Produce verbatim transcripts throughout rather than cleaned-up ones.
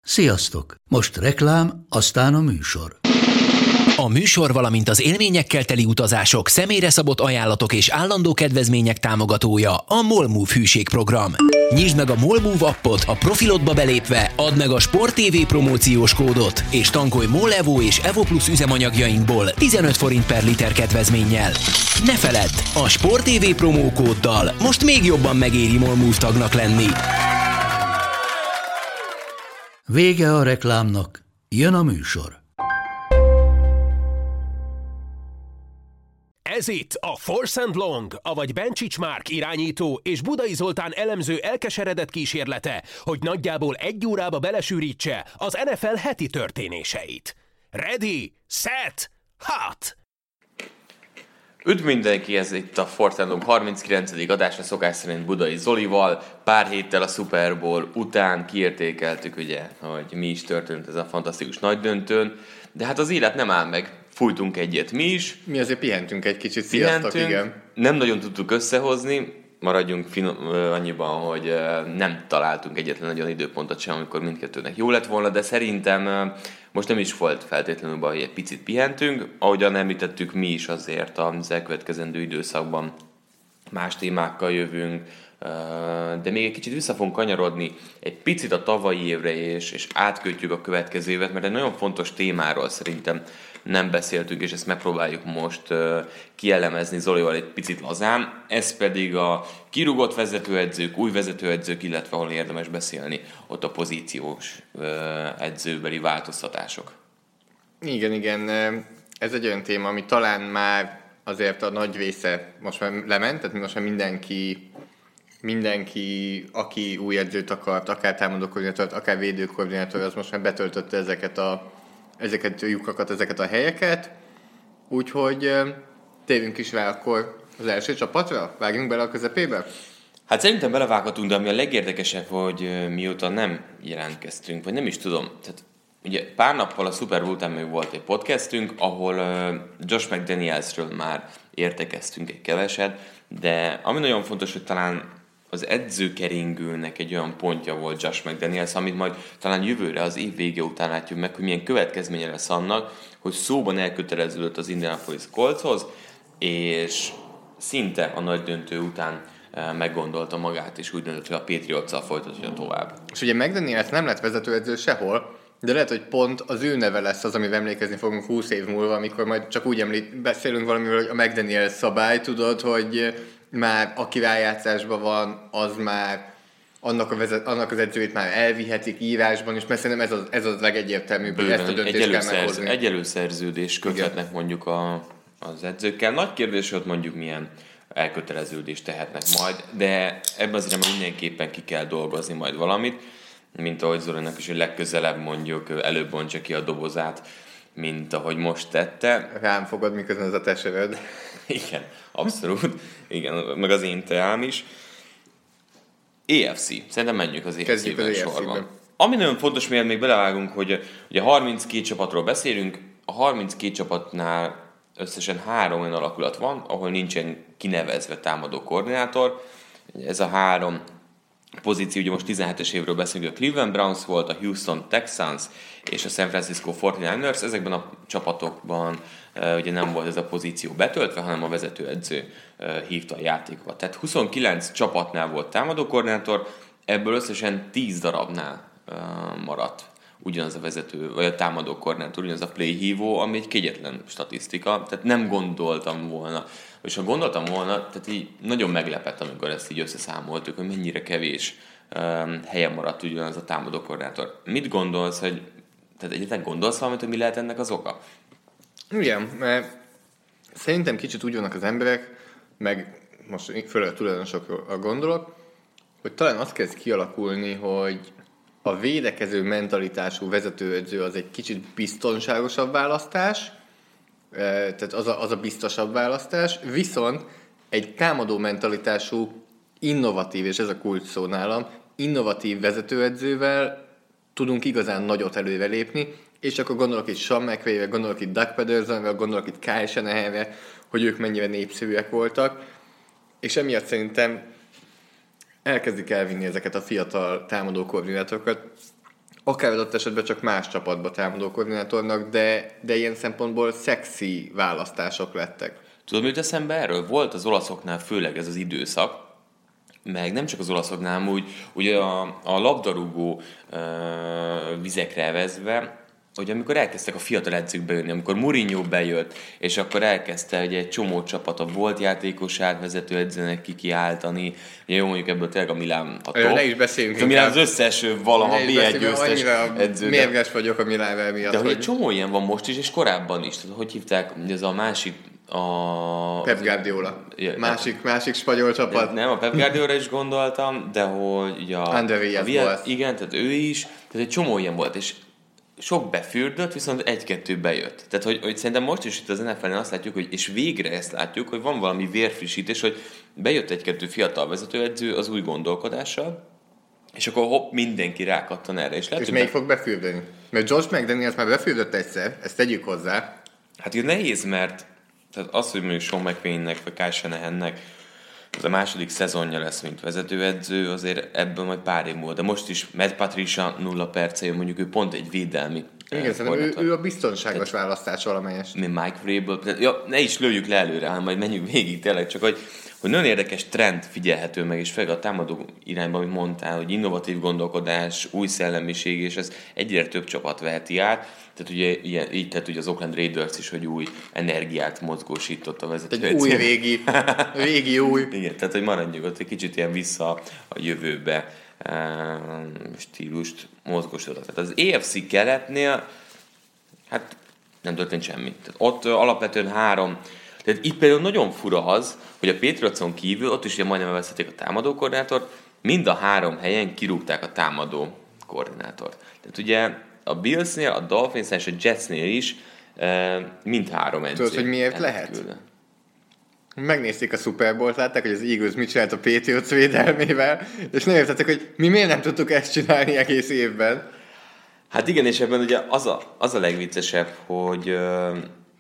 Sziasztok! Most reklám, aztán a műsor. A műsor, valamint az élményekkel teli utazások, személyre szabott ajánlatok és állandó kedvezmények támogatója a MOLMOVE hűségprogram. Nyisd meg a MOLMOVE appot, a profilodba belépve add meg a Sport té vé promóciós kódot, és tankolj MOL Evo és Evo Plus üzemanyagjainkból tizenöt forint per liter kedvezménnyel. Ne feledd, a Sport té vé promókóddal most még jobban megéri MOLMOVE tagnak lenni. Vége a reklámnak, jön a műsor. Ez itt a Force and Long, avagy Bencsics Márk irányító és Budai Zoltán elemző elkeseredett kísérlete, hogy nagyjából egy órába belesűrítse az en ef el heti történéseit. Ready, set, hot! Üdv mindenki, ez itt a Force and Long harminckilencedik adása, szokás szerint Budai Zolival. Pár héttel a Super Bowl után kiértékeltük, ugye, hogy mi is történt ez a fantasztikus nagy döntőn, de hát az élet nem áll meg. Fújtunk egyet mi is. Mi azért pihentünk egy kicsit, sziasztok, igen. Nem nagyon tudtuk összehozni, maradjunk finom, annyiban, hogy nem találtunk egyetlen nagyon időpontot sem, amikor mindkettőnek jó lett volna, de szerintem most nem is volt feltétlenül baj, hogy egy picit pihentünk. Ahogyan említettük, mi is azért az elkövetkezendő időszakban más témákkal jövünk, de még egy kicsit vissza fogunk kanyarodni egy picit a tavalyi évre, és, és átkötjük a következő évet, mert egy nagyon fontos témáról szerintem nem beszéltünk, és ezt megpróbáljuk most uh, kielemezni Zolival egy picit lazán. Ez pedig a kirúgott vezetőedzők, új vezetőedzők, illetve ahol érdemes beszélni, ott a pozíciós uh, edzőbeli változtatások. Igen, igen. Ez egy olyan téma, ami talán már azért a nagy része most már lement, tehát most már mindenki, mindenki, aki új edzőt akart, akár támadókoordinátort, akár védőkoordinátor, az most már betöltötte ezeket a ezeket a lyukakat, ezeket a helyeket. Úgyhogy térjünk is rá akkor az első csapatra. Vágjunk bele a közepébe? Hát szerintem belevághatunk, de ami a legérdekesebb, hogy mióta nem jelentkeztünk, vagy nem is tudom. Tehát ugye pár nappal a Super Bowl után még volt egy podcastünk, ahol Josh McDanielsről már értekeztünk egy keveset, de ami nagyon fontos, hogy talán az edzőkeringőnek egy olyan pontja volt Josh McDaniels, amit majd talán jövőre az év vége után látjuk meg, hogy milyen következménye lesz annak, hogy szóban elköteleződött az Indianapolis Coltshoz, és szinte a nagy döntő után meggondolta magát, és úgy döntött, hogy a Patriots-szal folytatja tovább. És ugye McDaniels nem lett vezetőedző sehol, de lehet, hogy pont az ő neve lesz az, amivel emlékezni fogunk húsz év múlva, amikor majd csak úgy említ, beszélünk valamiről, hogy a McDaniels szabály, tudod, hogy már aki rájátszásban van, az már annak, a vezet, annak az edzőjét már elvihetik írásban, és mert szerintem ez az, ez az legegyértelműbb, hogy ezt a döntést egy kell meghozni. Egy előszerződést köthetnek igen. mondjuk a, az edzőkkel. Nagy kérdés, hogy mondjuk milyen elköteleződést tehetnek majd, de ebben azért mindenképpen ki kell dolgozni majd valamit, mint ahogy Zolinak is, hogy legközelebb mondjuk előbb bontsa ki a dobozát, mint ahogy most tette. Rám fogod, miközben ez a teseved. Igen, abszolút. Igen, meg az én teám is. á ef cé. Szerintem menjünk az á ef cé-ben sorban. Ami nagyon fontos, miért még belevágunk, hogy ugye harminckét csapatról beszélünk, a harminckét csapatnál összesen három olyan alakulat van, ahol nincsen kinevezve támadó koordinátor. Ez a három pozíció, ugye most tizenhetes évről beszélünk, a Cleveland Browns volt, a Houston Texans és a San Francisco negyvenkilencesek. Ezekben a csapatokban uh, ugye nem volt ez a pozíció betöltve, hanem a vezetőedző uh, hívta a játékokat. Tehát huszonkilenc csapatnál volt támadókoordinátor, ebből összesen tíz darabnál uh, maradt ugyanaz a vezető, vagy a támadókoordinátor, ugyanaz a playhívó, ami egy kegyetlen statisztika, tehát nem gondoltam volna. És ha gondoltam volna, tehát így nagyon meglepett, amikor ezt így összeszámoltuk, hogy mennyire kevés um, helyen maradt ugyanaz a támadókoordinátor. Mit gondolsz, hogy tehát egyáltalán gondolsz valamit, hogy mi lehet ennek az oka? Igen, mert szerintem kicsit úgy vannak az emberek, meg most főleg a tulajdonosokra gondolok, hogy talán azt kezd kialakulni, hogy a védekező mentalitású vezetőedző az egy kicsit biztonságosabb választás, tehát az a, az a biztosabb választás, viszont egy támadó mentalitású, innovatív, és ez a kulcs szó nálam, innovatív vezetőedzővel tudunk igazán nagyot előrelépni, és akkor gondolok itt Sean McVay-re, gondolok itt Doug Pedersonre, gondolok itt Kyle Shanahanre, hogy ők mennyire népszerűek voltak, és emiatt szerintem elkezdik elvinni ezeket a fiatal támadó koordinátorokat akár adott esetben csak más csapatba támadó koordinátornak, de, de ilyen szempontból szexi választások lettek. Tudod, mi jut eszembe erről? Volt az olaszoknál főleg ez az időszak, meg nem csak az olaszoknál, úgy, ugye a, a labdarúgó uh, vizekre evezve, hogy amikor elkezdtek a fiatal edzők bejönni, amikor Mourinho bejött, és akkor elkezdte ugye, egy csomó csapat a volt játékos átvezető edzőnek kikiáltani, ugye jó, mondjuk ebből tényleg a Milán a top. Ne is beszéljünk. A Milán az összes valaha bé egy győztes edző. Mérges vagyok a Milánvel miatt. De hogy egy csomó ilyen van most is, és korábban is. Tehát, hogy hívták, ez a másik a... Pep Guardiola. Ja, másik, másik spanyol csapat. Nem, a Pep Guardiola is gondoltam, de hogy ugye a... André Villas. Igen, tehát ő is. Tehát egy csomó ilyen volt, és sok befürdött, viszont egy-kettő bejött. Tehát, hogy, hogy szerintem most is itt az en ef el-en azt látjuk, hogy, és végre ezt látjuk, hogy van valami vérfrissítés, hogy bejött egy-kettő fiatal vezetőedző az új gondolkodással, és akkor hopp, mindenki rákattan erre. És, lehet, és még be... fog befürdeni? Mert Josh McDaniels már befürdött egyszer, ezt tegyük hozzá. Hát ez nehéz, mert tehát az, hogy mondjuk Sean McVaynek, vagy Kyle Shanahannek az a második szezonja lesz, mint vezetőedző, azért ebből majd pár év múlva. De most is Matt Patricia nulla perce jön, mondjuk ő pont egy védelmi. Igen, szerintem ő, ő a biztonságos tehát, választás valamelyest. Mi Mike Vrabel, ja, ne is lőjük le előre, hanem majd menjünk végig tényleg, csak hogy, hogy nagyon érdekes trend figyelhető meg, és főleg a támadó irányban, amit mondtál, hogy innovatív gondolkodás, új szellemiség, és ez egyre több csapat veheti át. Tehát ugye ilyen, így tett ugye az Oakland Raiders is, hogy új energiát mozgósított a vezető. Egy új régi, régi új. Igen, tehát hogy maradjunk ott egy kicsit ilyen vissza a jövőbe stílust mozgósított. Tehát az á ef cé keletnél hát nem történt semmi. Tehát ott alapvetően három, tehát itt például nagyon fura az, hogy a Patriotson kívül, ott is ugye majdnem elvesztették a támadó koordinátort, mind a három helyen kirúgták a támadó koordinátort. Tehát ugye a Billsnél, a Dolphinsnél és a Jetsnél is mind három edző. Tudod, hogy miért lehet? Küldő. Megnézték a Super Bowl-t, látták, hogy az Eagles mit csinált a Patriots védelmével, és nem értettek, hogy mi miért nem tudtuk ezt csinálni egész évben. Hát igen, és ebben ugye az a, az a legviccesebb, hogy uh,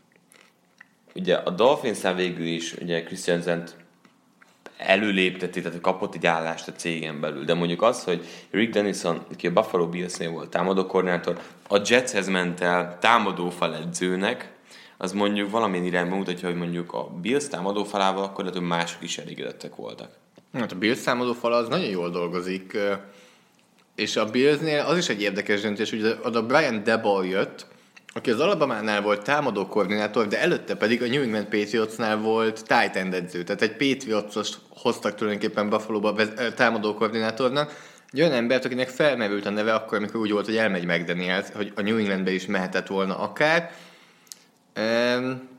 ugye a Dolphinsnál végül is ugye Christiansent előléptették, tehát kapott egy állást a cégen belül. De mondjuk az, hogy Rick Dennison, aki a Buffalo Billsnél volt támadó koordinátor, a Jetshez ment el támadó faledzőnek, az mondjuk valamilyen irányba mutatja, hogy mondjuk a Bills támadó falával akkor lehet, hogy mások is elégedettek voltak. Hát a Bills támadó fala az nagyon jól dolgozik, és a Billsnél az is egy érdekes döntés, hogy oda Brian Daboll jött, aki az Alabamánál volt támadó koordinátor, de előtte pedig a New England Patriotsnál volt tight end edző. Tehát egy Patriotsost hoztak tulajdonképpen Buffalo-ba támadó koordinátornak. Egy olyan embert, akinek felmerült a neve akkor, amikor úgy volt, hogy elmegy McDaniels, hogy a New Englandbe is mehetett volna akár. Um,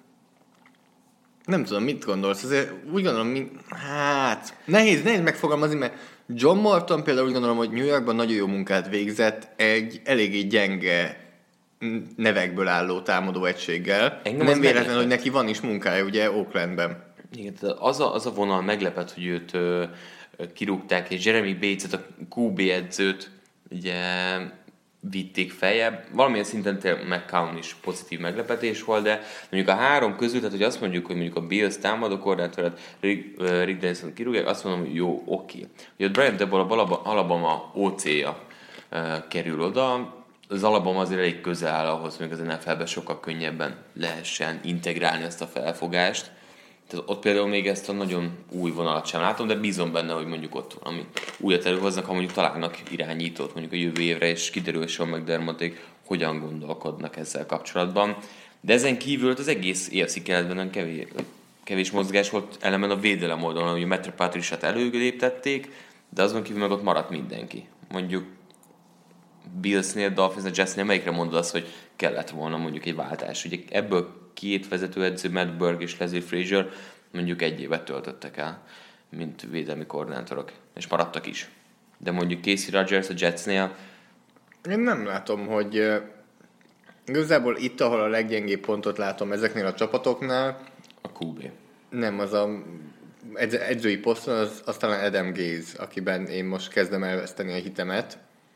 nem tudom, mit gondolsz? Azért úgy gondolom, mint, hát nehéz, nehéz megfogalmazni, mert John Morton például úgy gondolom, hogy New Yorkban nagyon jó munkát végzett egy eléggé gyenge nevekből álló támadó egységgel. Engem nem véletlen, hogy neki van is munkája ugye Oaklandben. Igen, az a, az a vonal meglepett, hogy őt ö, kirúgták, és Jeremy Bates-et, a kú bé edzőt ugye vitték feljebb. Valamilyen szinten McCown is pozitív meglepetés volt, de mondjuk a három közül, tehát hogy azt mondjuk, hogy mondjuk a Bills támadó koordinátorát Rick, uh, Rick Dennison kirúgják, azt mondom, hogy jó, oké. Ugye a Brian Daboll a Alabama ó cé-ja uh, kerül oda, az Alabama azért elég közel áll ahhoz, hogy az en ef el-ben sokkal könnyebben lehessen integrálni ezt a felfogást. Tehát ott például még ezt a nagyon új vonalat sem látom, de bízom benne, hogy mondjuk ott valami újat előhoznak, ha mondjuk találnak irányítót mondjuk a jövő évre, és kiderül, hogy Sean McDermotték hogyan gondolkodnak ezzel kapcsolatban. De ezen kívül az egész á ef cé keretben nem kevés, kevés mozgás volt elemen a védelem oldalon, hogy a Matt Patriciát előléptették, de azon kívül meg ott maradt mindenki. Mondjuk Billsnél, Dolphinsnél, Jetsnél melyikre mondod azt, hogy kellett volna mondjuk egy váltás. Ugye ebből két vezetőedző, Matt Burke és Leslie Frazier mondjuk egy évet töltöttek el, mint védelmi koordinátorok, és maradtak is. De mondjuk Casey Rodgers a Jetsnél... Én nem látom, hogy igazából itt, ahol a leggyengébb pontot látom ezeknél a csapatoknál... A kú bé. Nem, az a edzői poszton, az, az talán Adam Gase, akiben én most kezdem elveszteni a hitemet,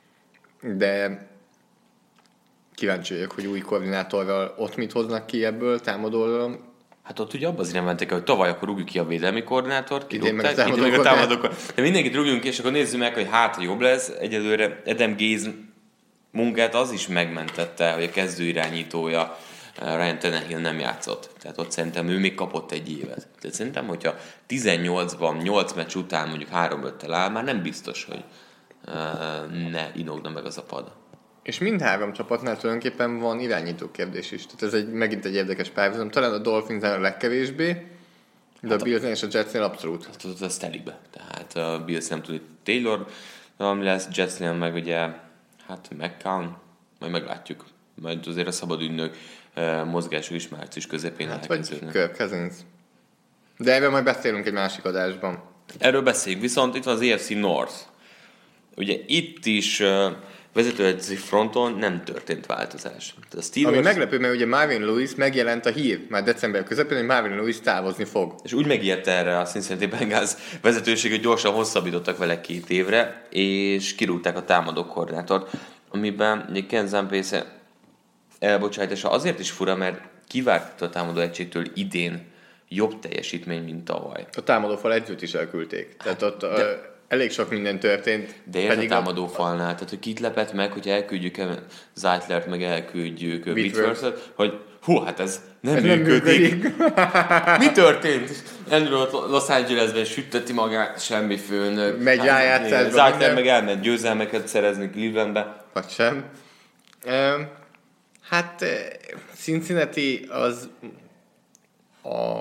de kíváncsi vagyok, hogy új koordinátorral ott mit hoznak ki ebből támadóról. Hát ott ugye abban az irányban mentek, hogy tavaly akkor rúgjuk ki a védelmi koordinátort, kirúgták, idén meg a támadókor. De mindenkit rúgjunk ki, és akkor nézzük meg, hogy hát jobb lesz. Egyelőre Adam Gase munkát az is megmentette, hogy a kezdő irányítója Ryan Tannehill nem játszott. Tehát ott szerintem ő még kapott egy évet. Tehát szerintem, hogyha tizennyolcban, nyolc meccs után mondjuk három öttel áll, már nem biztos, hogy uh, ne inogna meg az a pad. És mindhárom csapatnál tulajdonképpen van irányító kérdés is. Tehát ez egy, megint egy érdekes párhuzam. Talán a Dolphinsnál a legkevésbé, de hát a Billsnél és a Jetsnél abszolút. Hát az, az telik be. Tehát a Bills nem tud, Taylor, ami lesz, Jetsnél meg ugye, hát McCown, majd meglátjuk. Majd azért a szabad ügynök uh, mozgású is március közepén hát elkezdődnek. Vagy Kirk Cousins. De erről majd beszélünk egy másik adásban. Erről beszéljünk, viszont itt van az á ef cé North. Ugye itt is uh, vezetőedző fronton nem történt változás. Steelers... Ami meglepő, mert ugye Marvin Lewis megjelent a hír már december közepén, hogy Marvin Lewis távozni fog. És úgy megijedt erre a Cincinnati Bengals vezetőség, hogy gyorsan hosszabbítottak vele két évre, és kirúgták a támadó koordinátort, amiben egy Ken Zampese elbocsájtása azért is fura, mert kivárt a támadó egységtől idén jobb teljesítmény, mint tavaly. A támadófal edzőt is elküldték. Tehát ott de... a... elég sok minden történt. De érted a támadófalnál, tehát hogy kit lepett meg, hogy elküldjük Zeitlert, meg elküldjük Whitworth-ot, hogy hú, hát ez nem ez működik. Nem működik. Mi történt? Andrew Los Angelesben sütteti magát, semmi főnök. Megy hát, rájátszásba. Zeitler meg elment győzelmeket szerezni Clevelandbe. Vagy sem. Um, hát Cincinnati az a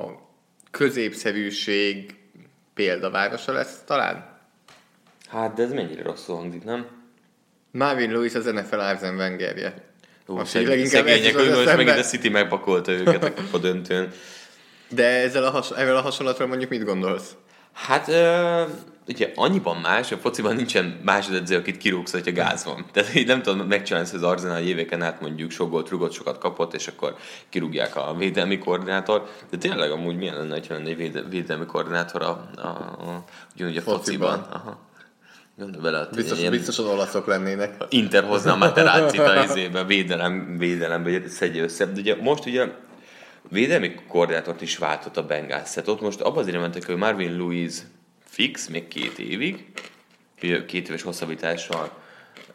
középszerűség példavárosa lesz talán. Hát, de ez mennyire rosszul hangzik, nem? Marvin Lewis az en ef el Arsene Wengerje. Most szegények, szegények hogy most megint a City megpakolta őket a döntőn. De ezzel a, has- ezzel a hasonlatról mondjuk mit gondolsz? Hát, uh, ugye annyiban más, a fociban nincsen másodedző, akit kirúgsz, hogyha gáz van. Tehát így nem tudom megcsinálni, hogy az Arsenal éveken át mondjuk sok gólt rugott, sokat kapott, és akkor kirúgják a védelmi koordinátor. De tényleg amúgy milyen lenne, hogyha lenne egy véde- védelmi koordinátor a, a, a, ugyanúgy a fociban. Aha. Bele, biztos, ilyen, biztosan olaszok lennének. Inter hozna a Materazzi-t a izébe, védelem, védelembe, hogy szedje össze. De ugye most ugye védelmi koordinátort is váltott a Bengals. Tehát ott most abban az irányban mentek, hogy Marvin Lewis fix, még két évig, két éves hosszabbítással, uh,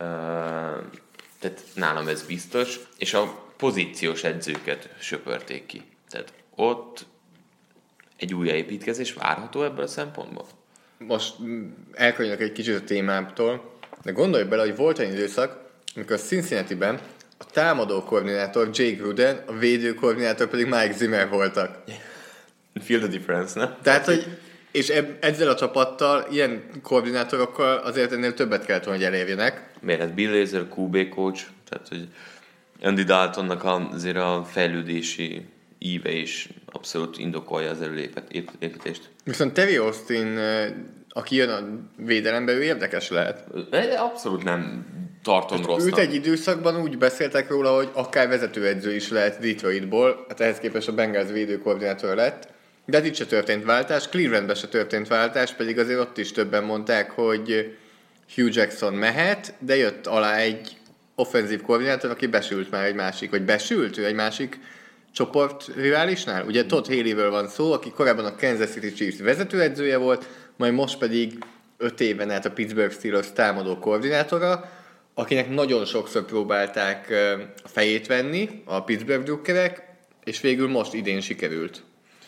tehát nálam ez biztos, és a pozíciós edzőket söpörték ki. Tehát ott egy újjáépítkezés várható ebből a szempontból? Most elkönyvök egy kicsit a témámtól, de gondolj bele, hogy volt egy időszak, amikor a Cincinnati-ben a támadó koordinátor Jay Gruden, a védő koordinátor pedig Mike Zimmer voltak. Feel the difference, ne? Tehát, hogy és eb- ezzel a csapattal, ilyen koordinátorokkal azért ennél többet kellett volna, hogy elérjenek. Miért? Hát Bill Lazor, kú bé coach, tehát hogy Andy Daltonnak azért a fejlődési íve is abszolút indokolja az előépítést. Viszont Terry Austin, aki jön a védelembe, ő érdekes lehet. Abszolút nem tartom rossznak. Őt egy időszakban úgy beszéltek róla, hogy akár vezetőedző is lehet Detroitból, hát ehhez képest a Bengals védőkoordinátor lett, de itt se történt váltás, Clevelandben se történt váltás, pedig azért ott is többen mondták, hogy Hugh Jackson mehet, de jött alá egy offenzív koordinátor, aki besült már egy másik, vagy besült ő egy másik csoport riválisnál. Ugye Todd Haleyről van szó, aki korábban a Kansas City Chiefs vezetőedzője volt, majd most pedig öt éven át a Pittsburgh Steelers támadó koordinátora, akinek nagyon sokszor próbálták a fejét venni a Pittsburgh drukkerek, és végül most idén sikerült.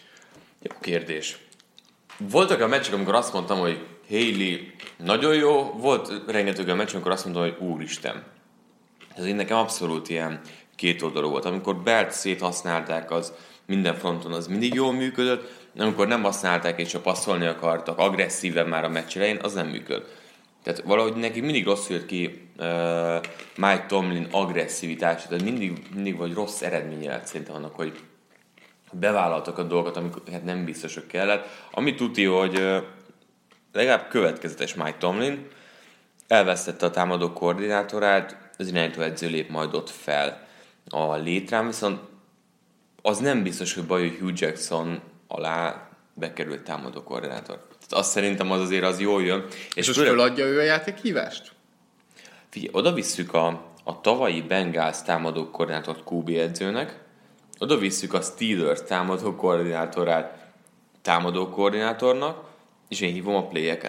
Jó kérdés. Voltak a meccsek, amikor azt mondtam, hogy Haley nagyon jó, volt rengeteg a meccs, amikor azt mondtam, hogy úristen. Ez én nekem abszolút ilyen két oldalú volt. Amikor Bert széthasználták, az minden fronton az mindig jól működött, amikor nem használták és csak passzolni akartak agresszíven már a meccs elején, az nem működött. Tehát valahogy neki mindig rosszul jött ki uh, Mike Tomlin agresszivitása, tehát mindig, mindig vagy rossz eredménye lett szerintem annak, hogy bevállaltak a dolgokat, amiket nem biztos, hogy kellett. Ami tuti, hogy uh, legalább következetes Mike Tomlin elvesztette a támadó koordinátorát, az irányító edző lép majd ott fel a létrán, viszont az nem biztos, hogy baj, hogy Hugh Jackson alá bekerült támadó koordinátor. Tehát azt szerintem az azért az jól jön. És, és most föladja ő a játékhívást? Figyelj, oda visszük a, a tavalyi Bengals támadó koordinátort kú bé edzőnek, oda visszük a Steelers támadó koordinátorát támadó koordinátornak, és én hívom a play-eket.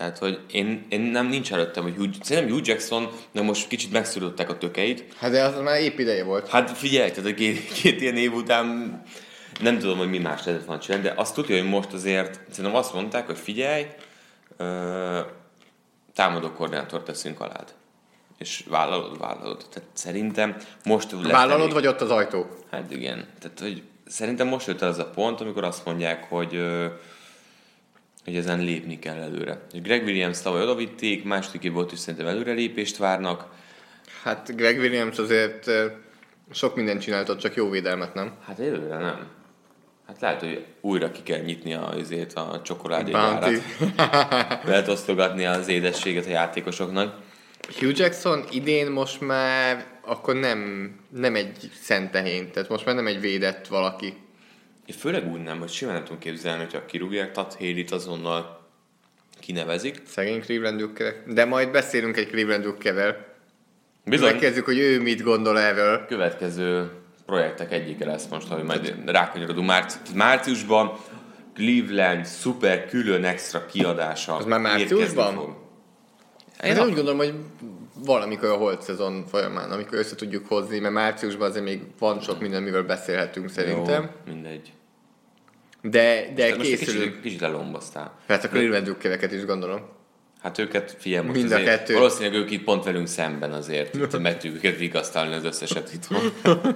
Tehát, hogy én, én nem nincs előttem, hogy Hugh, szerintem Hugh Jackson, de most kicsit megszülöttek a tökeit. Hát de az már épp ideje volt. Hát figyelj, tehát a két, két ilyen év után nem tudom, hogy mi más lehetett volna csinálni, de azt tudja, hogy most azért szerintem azt mondták, hogy figyelj, uh, támadó koordinátort teszünk alád. És vállalod, vállalod. Tehát szerintem most... Vállalod, elég... vagy ott az ajtó? Hát igen. Tehát, hogy szerintem most jött el az a pont, amikor azt mondják, hogy, uh, hogy ezen lépni kell előre. És Greg Williams tavaly odavitték, második év volt is szerintem előrelépést várnak. Hát Greg Williams azért uh, sok mindent csináltott, csak jó védelmet, nem? Hát előre nem. Hát lehet, hogy újra ki kell nyitni a, azért a csokoládégyárat. Lehet osztogatni az édességet a játékosoknak. Hugh Jackson idén most már akkor nem, nem egy szent tehén, tehát most már nem egy védett valaki. Én főleg úgy nem, hogy simán nem tudom képzelni, hogyha kirúgják, Todd Haley-t azonnal kinevezik. Szegény Cleveland Dukkerek. De majd beszélünk egy Cleveland Dukkerrel. Bizony. Megkezdjük, hogy ő mit gondol erről. Következő projektek egyike lesz most, hogy majd rákanyarodunk. Márci- márciusban Cleveland szuper külön extra kiadása. Az már márciusban? Én úgy gondolom, hogy valamikor a holt szezon folyamán, amikor össze tudjuk hozni, mert márciusban azért még van sok minden, mivel beszélhetünk szerintem. Jó, mindegy. De, de most készülünk. Kicsit, kicsit lelomboztál. Hát a Cleveland Dukkereket is gondolom. Hát őket, figyelj, most mind a azért, kettő. Valószínűleg ők itt pont velünk szemben azért, itt meg tudjuk őket vigasztalni az összeset itthon.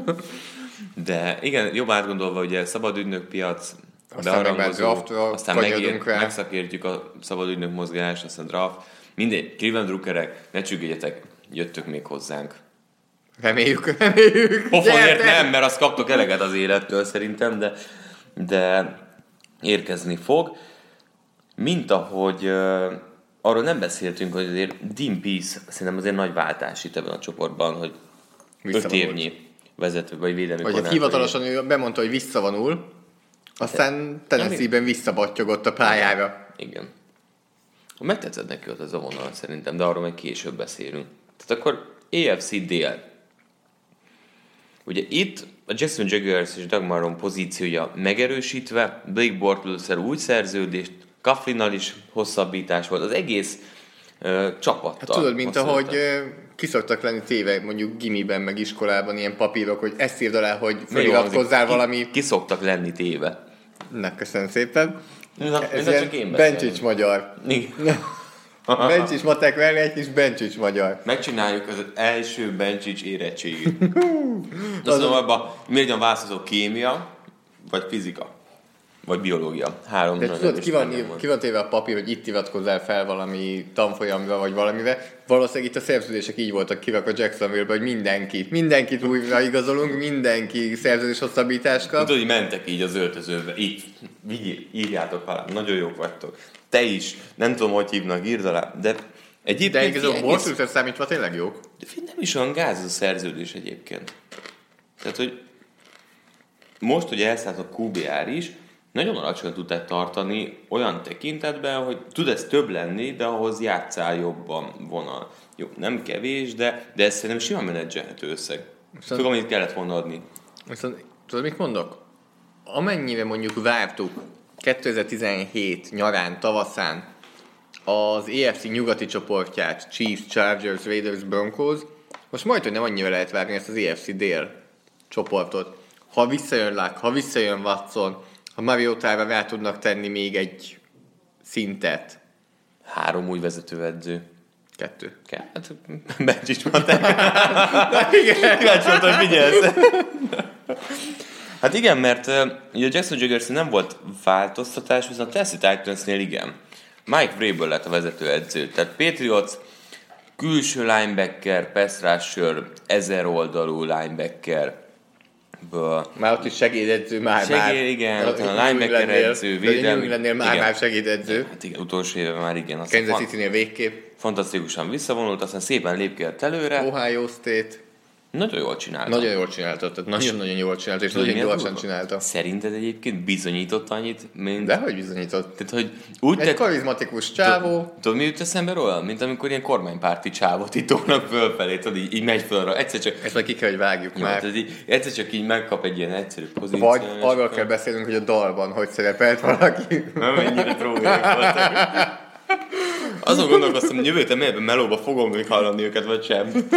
De igen, jobb átgondolva, ugye szabad ügynök piac, aztán meg már draftra aztán megér, megszakértjük a szabad ügynök mozgást, aztán draft. Mindegy, Cleveland Drukkerek, ne csüggedjetek, jöttök még hozzánk. Reméljük, reméljük. Pofonért nem, mert azt kaptok eleget az élettől szerintem, de, de érkezni fog. Mint ahogy uh, arról nem beszéltünk, hogy azért Dean Pease szerintem azért nagy váltás itt ebben a csoportban, hogy öt évnyi vezető vagy védelmi vagy hát hivatalosan ő bemondta, hogy visszavonul, aztán Tennessee-ben visszabattyogott a pályára. Igen. Megtetszett neki ott ez a vonal szerintem, de arról majd később beszélünk. Tehát akkor á ef cé dél. Ugye itt a Jackson Jaguars és Doug Marrone pozíciója megerősítve, Blake Bortles-szel új szerződést, Coughlinnal is hosszabbítás volt, az egész uh, csapattal. Hát tudod, mint ahogy uh, kiszoktak lenni téve, mondjuk gimiben, meg iskolában ilyen papírok, hogy ezt írd alá, hogy feliratkozzál valami... Ki, ki szoktak lenni téve. Na, köszönöm szépen. Na, ez ilyen Bencsics magyar. Bencsics matek verni, egy kis Bencsics magyar. Megcsináljuk az első Bencsics érettségét. Azt mondom, abban miért választható kémia, vagy fizika, vagy biológia. Három. De tudod, ki van, ki van téve a papír, hogy itt hivatkozzál fel valami tanfolyamra, vagy valamivel. Valószínűleg itt a szerződések így voltak kirak a Jacksonville-ben, hogy mindenkit, mindenkit újra igazolunk, mindenki szerződés hosszabbítást kap. Tudod, hogy mentek így az öltözőbe, így, írjátok alá, nagyon jók vagytok. Te is, nem tudom, hogy hívnak, írd alá, de egyébként... De igazából Bortles számítva tényleg jók. De nem is olyan gáz a szerződés egyébként. Tehát, hogy most, hogy elszállt a kú bé er is, nagyon alacsony tudták tartani olyan tekintetben, hogy tud ez több lenni, de ahhoz játszál jobban vonal. Jó, nem kevés, de, de ez szerintem simán menedzselhető összeg. Viszont, Főleg, amit kellett volna adni. Viszont, tudod, mit mondok? Amennyire mondjuk vártuk kétezer-tizenhét nyarán, tavaszán az á ef cé nyugati csoportját, Chiefs, Chargers, Raiders, Broncos, most majd, hogy nem annyira lehet várni ezt az á ef cé dél csoportot. Ha visszajön Luck, ha visszajön Watson, ha Mariota-ra rá tudnak tenni még egy szintet. Három új vezetőedző. Kettő. Hát, Bencsics mondták. Kíváncsi volt, hogy figyelsz. Hát igen, mert uh, ugye a Jackson Jaguars nem volt változtatás, viszont a Tennessee Titansnél igen. Mike Vrabel lett a vezetőedző. Tehát Patriots külső linebacker, pass rusher, ezer oldalú linebacker. Már ott is segédedző, már Segéd, már. igen, ott a linebacker edző, védelmi. De New már, már segédedző. Hát igen, utolsó éve már igen. Kansas City-nél végképp. Fantasztikusan visszavonult, aztán szépen lépkedett előre. Ohio State. Nagyon jól csinálta. Nagyon jól csinálta, tehát nagyon-nagyon jól csinálta, és nagyon gyorsan csinálta. Szerinted egyébként bizonyított annyit, mint... Dehogy bizonyított. Tehát, hogy úgy egy te... karizmatikus csávó. Tudod, mi jut eszembe róla? Mint amikor ilyen kormánypárti csávot itt tolnak fölfelé, tudod, így, így megy fölre. Egyszer csak... Ezt meg ki kell, hogy vágjuk jó, már. Tehát így, egyszer csak így megkap egy ilyen egyszerű pozíciót. Vagy arról akkor... kell beszélnünk, hogy a dalban hogy szerepelt valaki. Nem, mennyire trógék voltak. Azon gondolkoztam, hogy jövő héten melyben melóba fogom még hallani őket, vagy sem.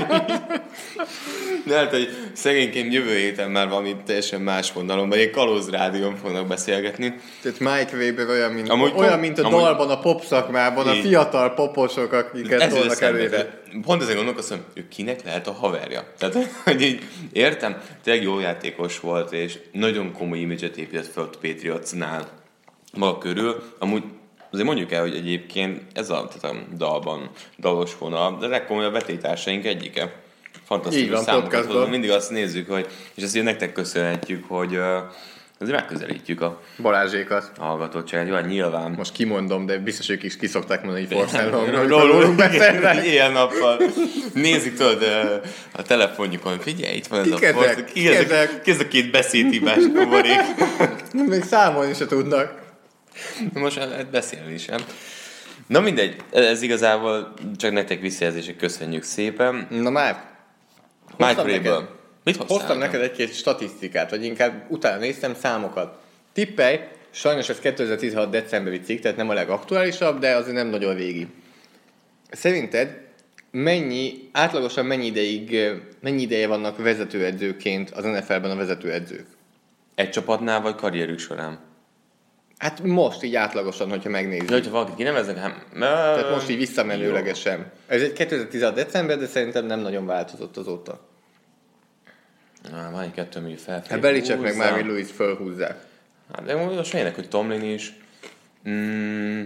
De hát, hogy szegényként jövő héten már valami teljesen más vonalon, vagy egy kalóz rádión fognak beszélgetni. Tehát Mike Weber olyan, mint, amúgy, olyan, mint a amúgy, dalban a pop szakmában, a fiatal poposok, akiket tolnak előre. Pont ezért gondolkoztam, hogy kinek lehet a haverja. Tehát, hogy így értem, tényleg jó játékos volt, és nagyon komoly imidzset épített fel a Patriotsnál maga körül. Amúgy azért mondjuk el, hogy egyébként ez a, tehát a dalban dalos vonal, de a legkomolyabb vetélytársaink egyike. Fantasztikus számokat hozunk. Mindig azt nézzük, hogy, és ezt nektek köszönhetjük, hogy uh, azért megközelítjük a Balázsékat. Hallgatottságot. Jó, nyilván. Most kimondom, de biztos ők is kiszokták mondani, hogy Force and Long, rólunk beszélnek. Ilyen nappal. Nézik tudod a telefonjukon, figyelj, itt van ez Kik a Force. Ki ezek? Ki ez a két beszédhibás komorék? Még számolni se tudnak. Most lehet beszélni sem. Na mindegy, ez igazából csak nektek visszajelzések, köszönjük szépen. Na már. Mike Vrabel. Mit hoztál? Hoztam neked egy-két statisztikát, vagy inkább utána néztem számokat. Tippelj, sajnos ez kétezer-tizenhat decemberi cikk, tehát nem a legaktuálisabb, de azért nem nagyon régi. Szerinted mennyi, átlagosan mennyi ideig, mennyi ideje vannak vezetőedzőként az en ef el-ben a vezetőedzők? Egy csapatnál, vagy karrierük során? Hát most így átlagosan, hogyha megnézzük. Ja, hogyha valakit kineveznek, hát... Tehát most így visszamenőlegesen. Ez egy kétezer-tizenhat december, de szerintem nem nagyon változott azóta. Na, van egy kettő, ami felfelé. Hát Belichick meg Marvin Lewis fölhúzzák. Hát de most ilyenek, hogy Tomlin is. Mm,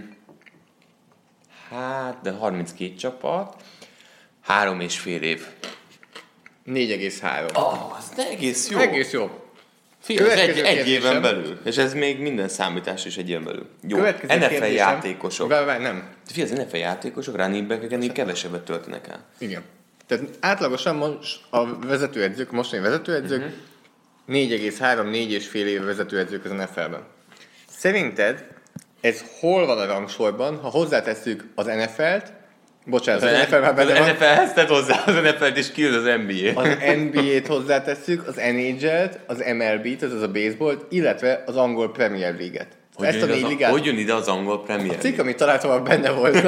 hát, de harminckét csapat. Három és fél év. négy egész három. Oh, az egész jó. Egész jó. Figyelj, egy, egy éven belül. És ez még minden számítás is egy éven belül. Jó, en ef el játékosok. Várj, várj, nem. Figyelj, az en ef el játékosok running back-eken kevesebbet töltenek el. Igen. Tehát átlagosan most a vezetőedzők, mostani vezetőedzők uh-huh. négy egész három négy és fél éve vezetőedzők az en ef el-ben. Szerinted ez hol van a rangsorban, ha hozzátesszük az en ef el-t, bocsánat, az, az en ef el már benne van. Az en ef el-hez tedd hozzá az en ef el-t, és kijön az en bé á. Az en bé á-t hozzátesszük, az en há el-t, az em el bé-t, az a baseballt, illetve az angol Premier League-et. Hogy Ezt a négy ligát... Hogy jön ide az angol Premier League? A cikk, amit találtam, benne volt.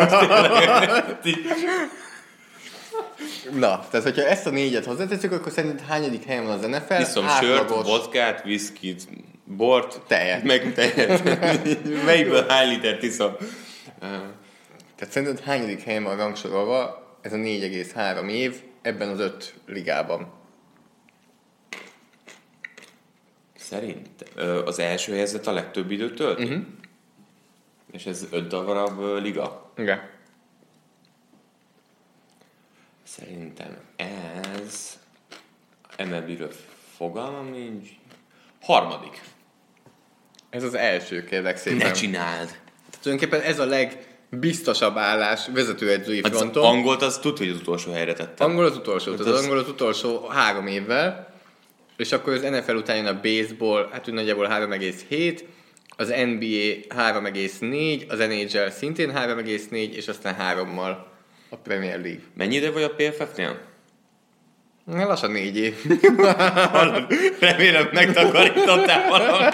Na, tehát hogyha ezt a négyet hozzátesszük, akkor szerinted hányadik helyen van az en ef el? Iszom sört, vodkát, viszkit, bort, tejet. Meg tejet. Melyikből hány litert iszom? Tehát szerinted hányadik helyen van rangsorolva ez a négy egész három év ebben az öt ligában? Szerint az első helyzet a legtöbb időt tölt? Uh-huh. És ez öt darab liga? Igen. Szerintem ez em el bé-ről fogalmam nincs. Harmadik. Ez az első, kérlek szépen. Ne csináld! Tehát tulajdonképpen ez a legbiztosabb állás vezetőedzői hát fronton. Az angolt az tudja, hogy az utolsó helyre tettem. Angol az utolsó. Hát az, az angol az utolsó három évvel. És akkor az en ef el után jön a baseball, hát úgy nagyjából három egész hét, az en bé á három egész négy, az en há el szintén három egész négy, és aztán hárommal a Premier League. Mennyi ide vagy a pé ef ef-nél? Na, lassan négy év. Remélem megtakarítottál valamit.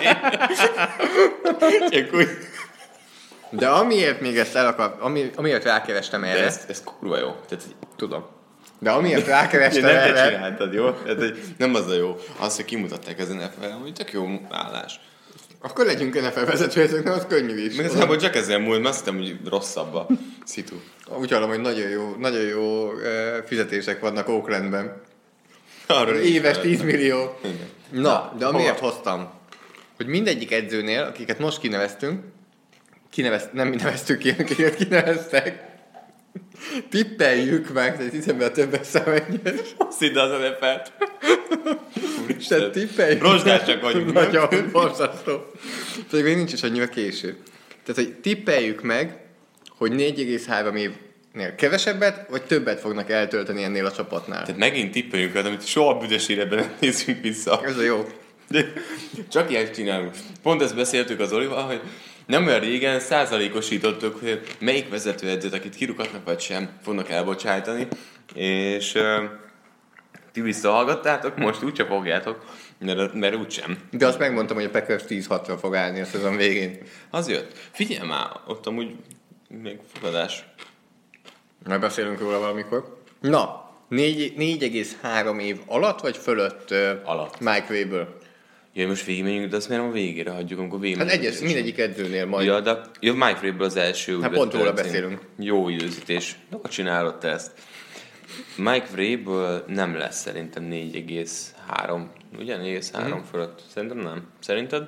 Csak úgy. De amiért még ezt el akar, ami, amiért rákerestem erre. De ez, ez kurva jó. Tehát, tudom. De amiért rákerestem erre. Nem te csináltad, jó? Tehát, nem az a jó. Az, hogy kimutatták az en ef el, hogy tök jó állás. Akkor legyünk en ef el vezetőedzők, nem az könnyű is. Meg az hogy csak ezzel múlt, mert azt hiszem, hogy rosszabb a szitu. Úgy hallom, hogy nagyon jó, nagyon jó fizetések vannak Oaklandben. Arról éves tíz millió. Na, de amiért hoztam, hogy mindegyik edzőnél, akiket most kineveztünk, kinevezt, nem mi neveztük ki, akiket kineveztek, tippeljük meg, hogy hiszem, a többes számegyes. Azt hidd az en ef el-t. Tehát tippeljük. Rozsdásak vagyunk. Nagyon borzasztó. Pedig még nincs is annyira késő. Tehát, hogy tippeljük meg, hogy négy egész három évnél kevesebbet, vagy többet fognak eltölteni ennél a csapatnál. Tehát megint tippeljünk el, amit soha büdös életben nem nézzünk vissza. Ez a jó. De csak ilyet csinálunk. Pont ezt beszéltük az Olival, hogy nem olyan régen százalékosítottuk, hogy melyik vezetőedzőt, akit kirukatnak vagy sem, fognak elbocsájtani, és uh, ti visszahallgattátok, most úgyse fogjátok, mert, mert úgysem. De azt megmondtam, hogy a Packers tíz hatra fog állni a szezon végén. Az jött. Figyelj már, ott amúgy még fogadás. Majd beszélünk róla valamikor. Na, négy egész három év alatt, vagy fölött uh, alatt. Mike Vrabel? Ja, most végigmenjünk, de azt miért a végére hagyjuk, amikor végigmenjünk. Hát egyes, mindegyik edzőnél majd. Ja, de ja, Mike Vrabel az első. Hát pont róla beszélünk. Jó időzítés. Jó, csinálod te ezt. Mike Vrabel nem lesz szerintem négy egész három, ugye? négy egész három mm-hmm. fölött. Szerintem nem. Szerinted?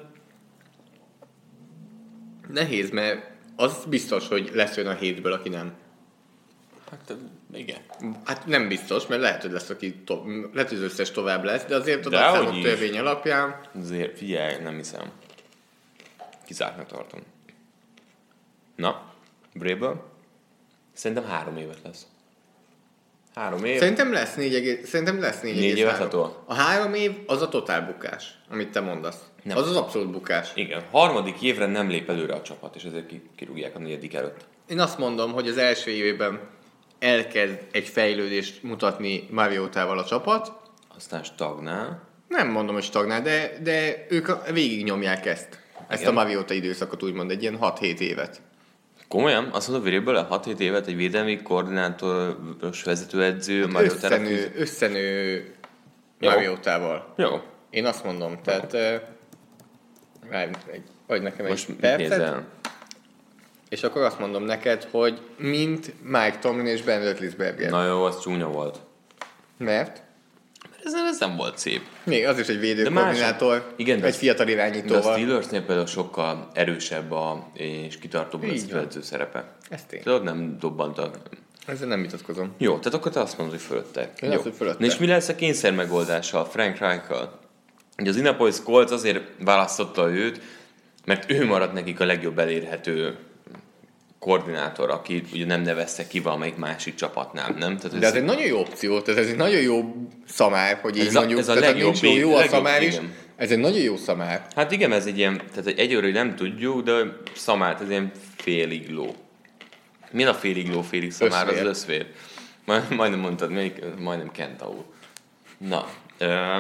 Nehéz, mert az biztos, hogy lesz olyan a hétből, aki nem. Hát igen. Hát nem biztos, mert lehet, hogy lesz, aki to- lehet, hogy az összes tovább lesz, de azért a nagyszámok törvény alapján... Azért figyelj, nem hiszem. Kizártnak tartom. Na, Vrabel? Szerintem három évet lesz. Három év? Szerintem lesz négy egész, szerintem lesz négy, négy évet hatol. A három év az a totál bukás, amit te mondasz. Nem. Az az abszolút bukás. Igen. Harmadik évre nem lép előre a csapat, és ezért kirúgják a negyedik előtt. Én azt mondom, hogy az első évben elkezd egy fejlődést mutatni Mariotával a csapat. Aztán stagnál. Nem mondom, hogy stagnál, de, de ők végig nyomják ezt. Ezt igen. A Mariota időszakot úgymond, egy ilyen hat-hét évet. Komolyan? Azt mondod, Vrabel hat-hét évet egy védelmi koordinátoros vezetőedző hát Mariota összenő, összenő Mariotával. Jó. Én azt mondom, tehát uh, egy, vagy nekem most egy percet. És akkor azt mondom neked, hogy mint Mike Tomlin és Ben Roethlisberger. Na jó, az csúnya volt. Mert? Ez, ez nem volt szép. Még az is egy védőkoordinátor, igen, egy fiatal irányítóval. De a Steelersnél például sokkal erősebb a, és kitartóbb a vezetőedző szerepe. Ez tény. Tudod, nem dobbantak. Ezzel nem vitatkozom. Jó, tehát akkor te azt mondod, hogy fölötte. Én azt, hogy fölötte. És mi lesz a kényszer megoldással Frank Reichel? Ugye az Indianapolis Colts azért választotta őt, mert ő maradt nekik a legjobb elérhető koordinátor, aki ugye nem nevezte ki valamelyik másik csapatnál, nem? Tehát de ez, ez egy nagyon jó opció, tehát ez egy nagyon jó szamár, hogy így ez mondjuk, a, ez a legjobb, jó, jó a legjobb, szamár is, igen. Ez egy nagyon jó szamár. Hát igen, ez egy ilyen, tehát egyőről nem tudjuk, de szamár, ez ilyen féligló. Milyen a féligló, félig szamár? Összvér. Az összvér. Majd, majdnem mondtad, melyik, majdnem kentaur. Na, ö,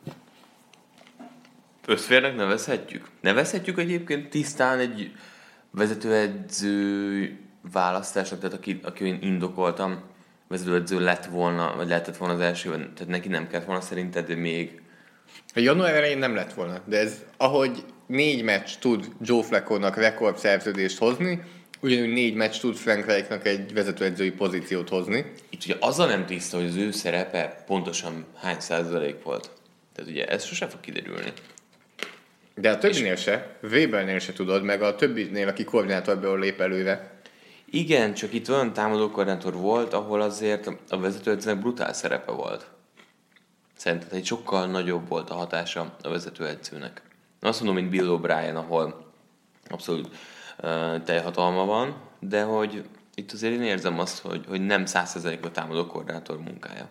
összférnek nevezhetjük? Nevezhetjük egyébként tisztán egy vezetőedző választásnak, tehát aki, aki én indokoltam, vezetőedző lett volna, vagy lehetett volna az elsőben, tehát neki nem kellett volna szerinted még... A január elején nem lett volna, de ez ahogy négy meccs tud Joe Flacco-nak rekordszerződést hozni, ugyanúgy négy meccs tud Frank Reichnak egy vezetőedzői pozíciót hozni. Itt ugye azzal nem tiszta, hogy az ő szerepe pontosan hány százalék volt. Tehát ugye ez sosem fog kiderülni. De a többinél se, Vrabelnél se tudod, meg a többinél, aki koordinátorból lép előre. Igen, csak itt olyan támadó koordinátor volt, ahol azért a vezetőedzőnek brutál szerepe volt. Szerintem egy sokkal nagyobb volt a hatása a vezetőedzőnek. Azt mondom, mint Bill O'Brien, ahol abszolút uh, teljhatalma van, de hogy itt azért én érzem azt, hogy, hogy nem száz százalékban támadó koordinátor munkája.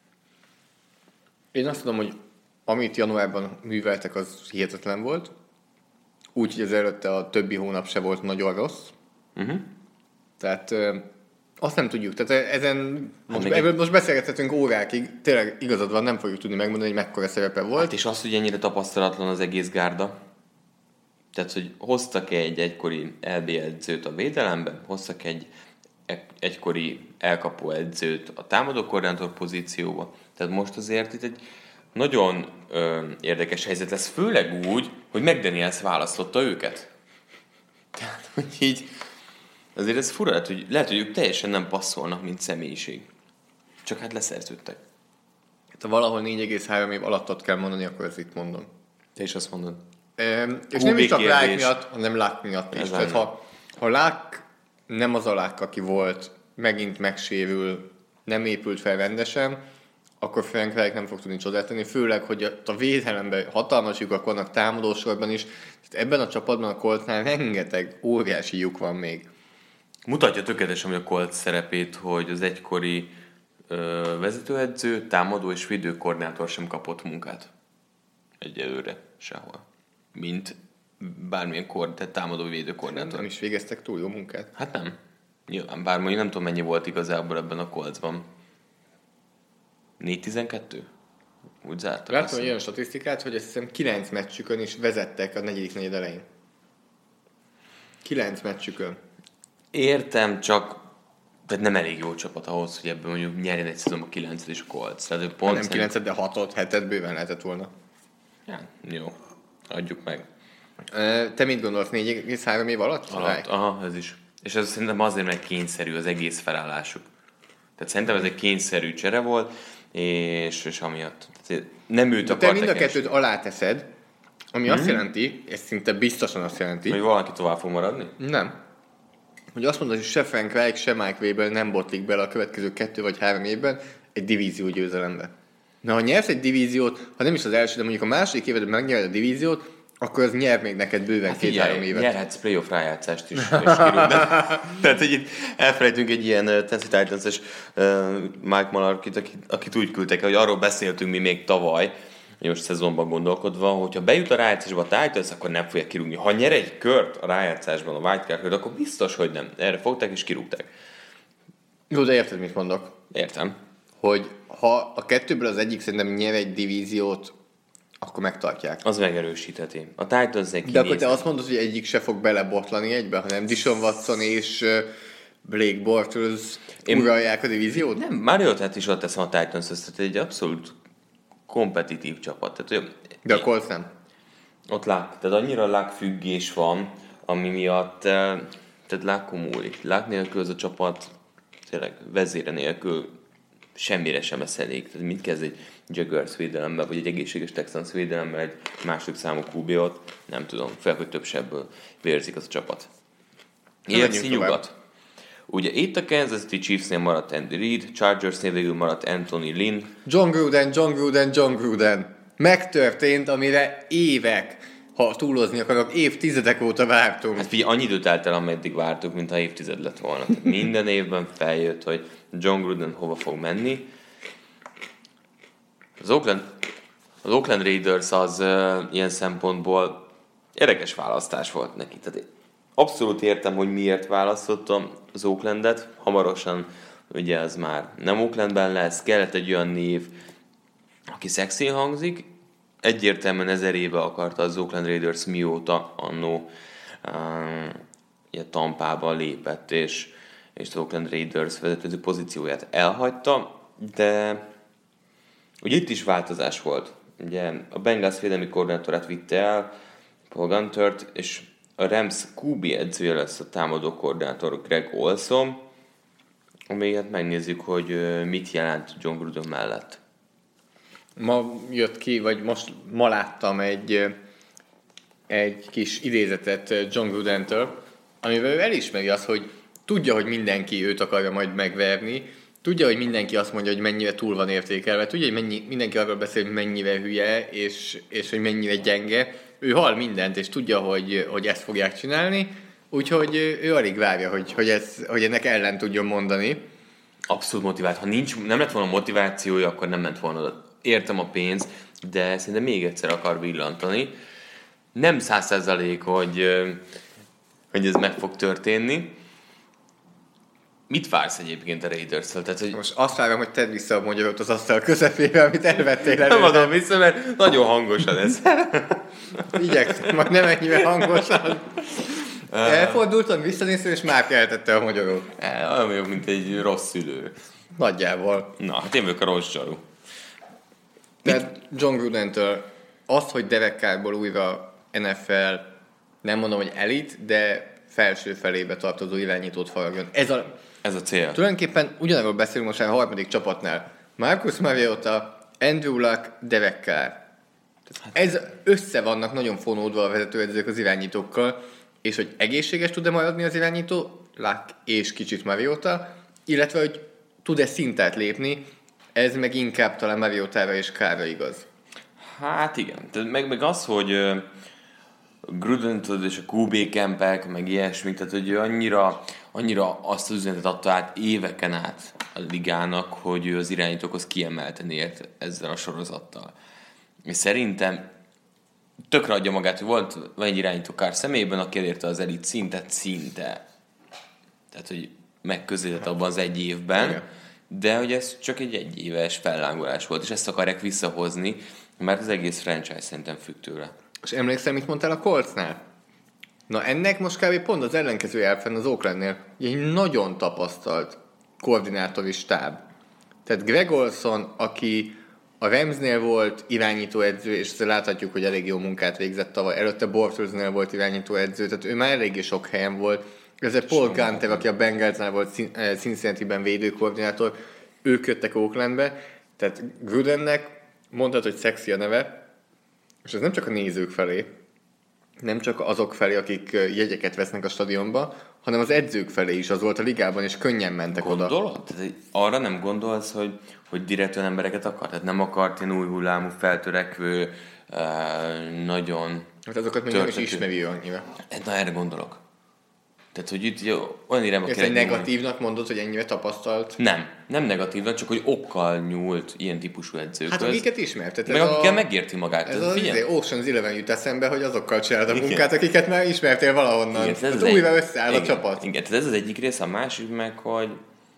Én azt mondom, hogy amit januárban műveltek, az hihetetlen volt. Úgyhogy az előtte a többi hónap se volt nagyon rossz. Uh-huh. Tehát ö, azt nem tudjuk. Tehát ezen most, ebből most beszélgethetünk órákig. Tényleg igazad van, nem fogjuk tudni megmondani, hogy mekkora szerepe volt. Hát és azt, hogy ennyire tapasztalatlan az egész gárda. Tehát, hogy hoztak egy egykori el bé edzőt a védelembe, hoztak egy egykori elkapó edzőt a támadó koordinátor pozícióba. Tehát most azért itt egy nagyon ö, érdekes helyzet lesz, főleg úgy, hogy McDaniels választotta őket. Tehát, hogy így azért ez fura, lehet, hogy, lehet, hogy ők teljesen nem passzolnak, mint személyiség. Csak hát leszerződtek. Hát ha valahol négy egész három év alattat kell mondani, akkor ezt itt mondom. Te is azt mondod. E, és Hú, nem is csak Lák miatt, hanem Lák miatt is. Tehát ha, ha Lák nem az a Lák, aki volt, megint megsérül, nem épült fel rendesen, akkor Frank Reich nem fog tudni csodát tenni, főleg, hogy a védelemben hatalmas lyukak vannak támadósorban is. Tehát ebben a csapatban a Coltsnál rengeteg óriási lyuk van még. Mutatja tökéletesen a Colts szerepét, hogy az egykori ö, vezetőedző, támadó és védőkoordinátor sem kapott munkát. Egyelőre sehol. Mint bármilyen kor, tehát támadó védőkoordinátor. Nem is végeztek túl jó munkát. Hát nem. Nyilván, bár mondjuk nem tudom mennyi volt igazából ebben a Coltsban. négy tizenkettő? Úgy zártak. Láttam egy olyan statisztikát, hogy azt hiszem kilenc meccsükön is vezettek a negyedik negyed elején. kilenc meccsükön. Értem, csak tehát nem elég jó csapat ahhoz, hogy ebből mondjuk nyerjen egy szezonban kilencet és a Colts. Tehát pont nem szerint... kilencet, de hatot, hetet bőven lehetett volna. Ja, jó. Adjuk meg. Te mit gondolsz, négy egész három év alatt? Alatt, aha, ez is. És ez szerintem azért, mert kényszerű az egész felállásuk. Tehát szerintem ez egy kényszerű csere volt, és, és amiatt nem őt akartak. Te mind a kettőt aláteszed, ami hmm. azt jelenti, ez szinte biztosan azt jelenti, hogy valaki tovább fog maradni? Nem. Hogy azt mondod, hogy se Frank Reich, se Mike Vrabel nem botlik bele a következő kettő vagy három évben egy divízió győzelembe. Na, ha nyersz egy divíziót, ha nem is az első, de mondjuk a második évedben megnyered a divíziót, akkor az nyer még neked bőven hát két-három évet. Nyerhetsz playoff rájátszást is, és kirúgd. Tehát, hogy itt elfelejtünk egy ilyen uh, Tennessee Titans-es uh, Mike Mularkit, akit, akit úgy küldtek, hogy arról beszéltünk mi még tavaly, most szezonban gondolkodva, hogyha bejut a rájátszásba a Titans, akkor nem fogja kirúgni. Ha nyer egy kört a rájátszásban a wildcard kört, akkor biztos, hogy nem. Erre fogták és kirúgták. Jó, de érted, mit mondok? Értem. Hogy ha a kettőből az egyik szerintem nyer egy divíziót, akkor megtartják. Az megerősítheti. A Titans egy De akkor te azt mondod, hogy egyik se fog belebotlani egybe, hanem Deshaun Watson és Blake Bortles Én... uralják a divíziót? Nem, Mariotát is ott teszem a Titans, tehát egy abszolút kompetitív csapat. Tehát, de a Colts nem. Ott lák, tehát annyira lákfüggés van, ami miatt tehát lákon múlik. Lák nélkül az a csapat tényleg vezére nélkül semmire sem lesz elég. Tehát mit kezd egy Jaguars védelemmel, vagy egy egészséges Texans védelemmel, egy második számú kú bé-ot, nem tudom, fel, hogy több sebből vérzik az a csapat. á ef cé nyugat. Ugye itt a Kansas City Chiefsnél maradt Andy Reid, Chargersnél végül maradt Anthony Lynn. John Gruden, John Gruden, John Gruden. Megtörtént, amire évek, ha túlozni akarok, évtizedek óta vártunk. Hát figyelj, annyi időt állt el, ameddig vártuk, mintha évtized lett volna. Tehát minden évben feljött, hogy John Gruden hova fog menni. Az Oakland, az Oakland Raiders az uh, ilyen szempontból érdekes választás volt neki. Tehát abszolút értem, hogy miért választottam az Oaklandet. Hamarosan ugye ez már nem Oaklandben lesz, kellett egy olyan név, aki szexi hangzik. Egyértelműen ezer éve akarta az Oakland Raiders, mióta annó uh, Tampában lépett, és, és az Oakland Raiders vezető pozícióját elhagyta, de ugye itt is változás volt. Ugye a Bengals védelmi koordinátorát vitte el, Paul Guntert, és a Rams kú bé edzője lesz a támadó koordinátor Greg Olson, amíg hát megnézzük, hogy mit jelent John Gruden mellett. Ma jött ki, vagy most ma láttam egy, egy kis idézetet John Grudentől, amivel ő elismeri azt, hogy tudja, hogy mindenki őt akarja majd megverni, tudja, hogy mindenki azt mondja, hogy mennyire túl van értékelve, tudja, hogy mennyi, mindenki arról beszél, hogy mennyire hülye, és, és hogy mennyire gyenge. Ő hall mindent, és tudja, hogy, hogy ezt fogják csinálni, úgyhogy ő alig várja, hogy, hogy, ez, hogy ennek ellen tudjon mondani. Abszolút motivált. Ha nincs, nem lett volna motivációja, akkor nem ment volna oda. Értem a pénz, de szerintem még egyszer akar villantani. Nem száz százalék, hogy, hogy ez meg fog történni. Mit vársz egyébként a Raiders-től? Tehát, hogy... Most azt várom, hogy tedd vissza a magyarot az asztal közepébe, amit elvettél előtt. Nem adom vissza, mert nagyon hangosan ez. Igyekszem, majd nem ennyire hangosan. Elfordultam, visszanéztem, és már keltette a magyarot. Olyan jobb, mint egy rossz szülő. Nagyjából. Na, hát én vagyok a rossz zsaru. Tehát John Grudentől azt, hogy Derek Carrból újra en ef el, nem mondom, hogy elit, de felső felébe tartozó irányítót faragjon. Ez a, Ez a cél. Tulajdonképpen ugyanarról beszélünk most már a harmadik csapatnál. Marcus Mariota, Andrew Luck, Derek Carr. Ez össze vannak nagyon fonódva a vezetőedzők az irányítókkal, és hogy egészséges tud-e maradni az irányító, Luck és kicsit Mariota, illetve hogy tud-e szintet lépni, ez meg inkább talán Mariotára és Carrra igaz. Hát igen. Tehát meg, meg az, hogy uh, Gruden és a kú bé kempek, meg ilyesmi, tehát hogy annyira, annyira azt az üzenetet adta át éveken át a ligának, hogy ő az irányítókhoz kiemelten ért ezzel a sorozattal. És szerintem tökre adja magát, hogy volt van egy irányító Carr személyében, aki elérte az elit szintet szinte. Tehát, hogy megközelített abban az egy évben. Igen. De hogy ez csak egy egyéves fellángolás volt, és ezt akarják visszahozni, mert az egész franchise szerintem függ tőle. És emlékszel, mit mondtál a Coltsnál? Na ennek most kb. Pont az ellenkező elfenn az Oaklandnél. Egy nagyon tapasztalt koordinátori stáb. Tehát Greg Olson, aki a Ramsnél volt irányítóedző, és ezt láthatjuk, hogy elég jó munkát végzett tavaly. Előtte Bortlesnél volt irányítóedző, tehát ő már eléggé sok helyen volt. Ez a Paul Gunter, aki a Bengalsnál volt Cincinnati-ben védőkoordinátor, ők jöttek Oaklandbe. Tehát Grudennek mondhatod, hogy szexi a neve, és ez nem csak a nézők felé, nem csak azok felé, akik jegyeket vesznek a stadionba, hanem az edzők felé is az volt a ligában, és könnyen mentek Gondolod? oda. Gondolod? Arra nem gondolsz, hogy, hogy direkt olyan embereket akar? Tehát nem akart ilyen új hullámú, feltörekvő, uh, nagyon... Hát azokat még nem is ismeri annyira. Na, erre gondolok. Tehát, hogy itt jó, olyan irányba kell... Ezt egy negatívnak mondod, hogy ennyire tapasztalt? Nem, nem negatívnak, csak hogy okkal nyúlt ilyen típusú edzőköz. Hát akiket ismert. Meg akikkel a... megérti magát. Ez az izé, Ocean's Eleven jut eszembe, hogy azokkal csináld a igen. munkát, akiket már ismertél valahonnan. Igen, ez hát újra egy... összeáll igen, a csapat. Igen, tehát ez az egyik része, a másik meg, hogy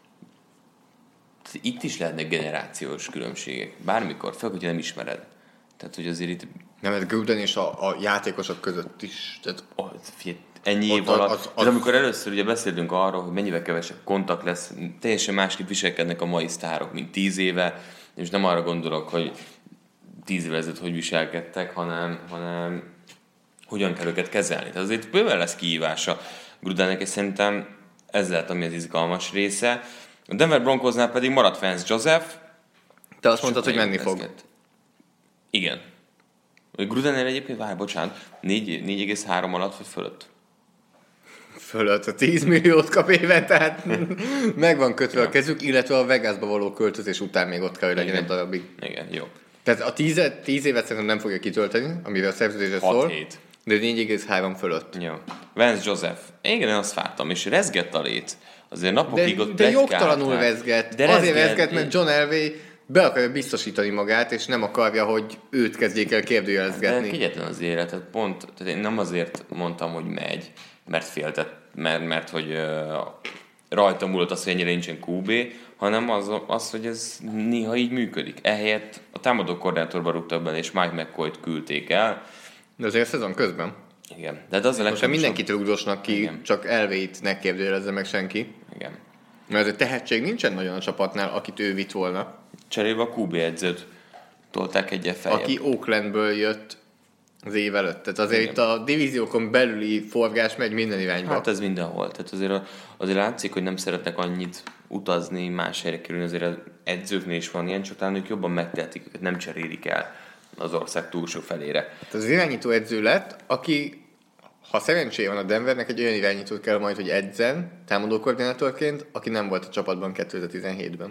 itt is lehetnek generációs különbségek. Bármikor, fel, hogyha nem ismered. Tehát, hogy azért itt... Nem, ez Gruden és a, a játékosok között is. Tehát... Oh, figyelj, ennyi év alatt. Az, az, az... amikor először ugye beszéltünk arról, hogy mennyivel kevesebb kontakt lesz, teljesen másképp viselkednek a mai sztárok, mint tíz éve, és nem arra gondolok, hogy tíz évvel ezelőtt hogy viselkedtek, hanem, hanem hogyan kell őket kezelni. Tehát azért bőven lesz kihívása Grudennek, és szerintem ez lehet, ami az izgalmas része. A Denver Broncosnál pedig maradt Vance Joseph. Te azt mondtad, hogy menni fog. Igen. Grudennél egyébként, várj, bocsánat, négy egész három alatt vagy fölött? Fölött, a tíz milliót kap éven, tehát meg van kötve ja. a kezük, illetve a Vegasba való költözés után még ott kell, hogy legyen egy darabig. Igen, jó. Tehát a tíz, tíz évet szerintem nem fogja kitölteni, amire a szerződésre szól, de négy egész három fölött. Jó. Vance Joseph. Igen, én azt vártam, és rezgett a lét. Azért napokig de, ott De jogtalanul rezgett. De azért rezgett, mert John Elway be akarja biztosítani magát, és nem akarja, hogy őt kezdjék el kérdőjelezgetni. De kegyetlen az életet, pont, tehát én nem azért mondtam, hogy megy, mert féltett, mert, mert hogy uh, rajta múlott az, hogy ennyire nincsen kú bé, hanem az, az, hogy ez néha így működik. Ehelyett a támadó koordinátorba rúgtak bele, és Mike McCoy-t küldték el. De azért a szezon közben. Igen. De az most mindenkit rúgdosnak ki, igen. Csak Elwayt ne kérdőjelezze meg senki. Igen. Mert azért tehetség nincsen nagyon a csapatnál, akit ő vitt volna. Cserébe a kú bé edzőt tolták egyet feljebb. Aki Oaklandből jött az év előtt. Tehát azért igen. Itt a divíziókon belüli forgás megy minden irányba. Hát ez mindenhol. Tehát azért, azért látszik, hogy nem szeretnek annyit utazni, más helyre kerülni. Azért az edzőknél is van ilyen, csak talán ők jobban megtehetik, őket nem cserélik el az ország túlsó felére. Tehát az irányító edző lett, aki, ha szerencséje van a Denvernek, egy olyan irányítót kell majd, hogy edzen támadó koordinátorként, aki nem volt a csapatban kétezer-tizenhétben.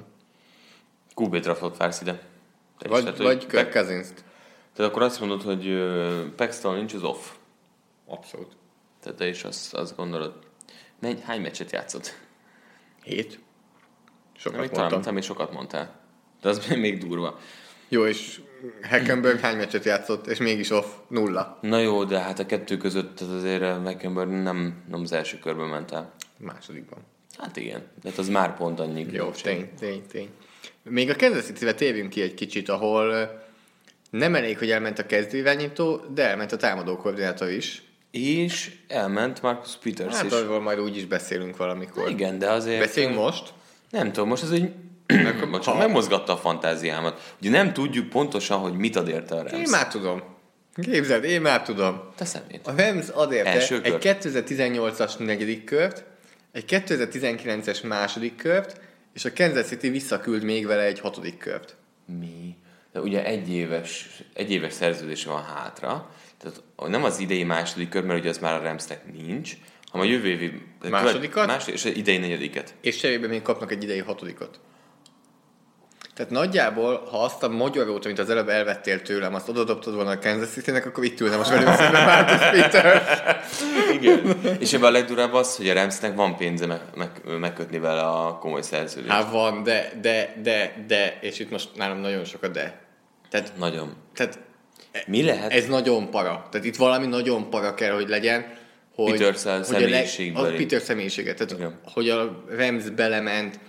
kú bé draftot vársz ide. Te vagy tehát, vagy Kirk Cousins-t. Tehát akkor azt mondod, hogy uh, Paxton nincs az off. Abszolút. Tehát te is azt, azt gondolod. Menj, hány meccset játszott? Hét. Sokat nem, mondtam. Talán még sokat mondtál. De az még durva. Jó, és Hackenberg hány meccset játszott, és mégis off, nulla. Na jó, de hát a kettő között azért Hackenberg nem, nem az első körben ment el. Másodikban. Hát igen, de az már pont annyi. Jó, tény, tény, tény. Még a Kansas City-re térjünk ki egy kicsit, ahol nem elég, hogy elment a kezdőirányító, de elment a támadó koordinátor is. És elment Marcus Peters hát, is. Hát arról majd úgy is beszélünk valamikor. Na igen, de azért... Beszéljünk most? Nem tudom, most ez egy... Csak megmozgatta a fantáziámat. Ugye nem tudjuk pontosan, hogy mit ad érte a Rams. Én már tudom. Képzeld, én már tudom. Te szemét. A Rams ad érte egy kétezer-tizennyolcas negyedik kört, egy kétezer-tizenkilences második kört, és a Kansas City visszaküld még vele egy hatodik kört. Mi? De ugye egy éves, egy éves szerződés van hátra, tehát nem az idei második kör, mert ugye az már a Ramsnek nincs, hanem a jövő évi... Másodikat? Második, és az idei negyediket. És cserébe még kapnak egy idei hatodikot. Tehát nagyjából, ha azt a magyarót, amit az előbb elvettél tőlem, azt odadobtad volna a Kansas City-nek, akkor itt ülne most velünk szemben Marcus Peters. Igen. És ebben a legdurább az, hogy a Ramsnek van pénze meg, meg, megkötni vele a komoly szerződést. Hát van, de, de, de, de, és itt most nálam nagyon sok a de. Tehát, nagyon. Tehát mi lehet? Ez nagyon para. Tehát itt valami nagyon para kell, hogy legyen, hogy... Peters személyiségből. A Peters személyiséget. Tehát, igen. Hogy a Rams belement,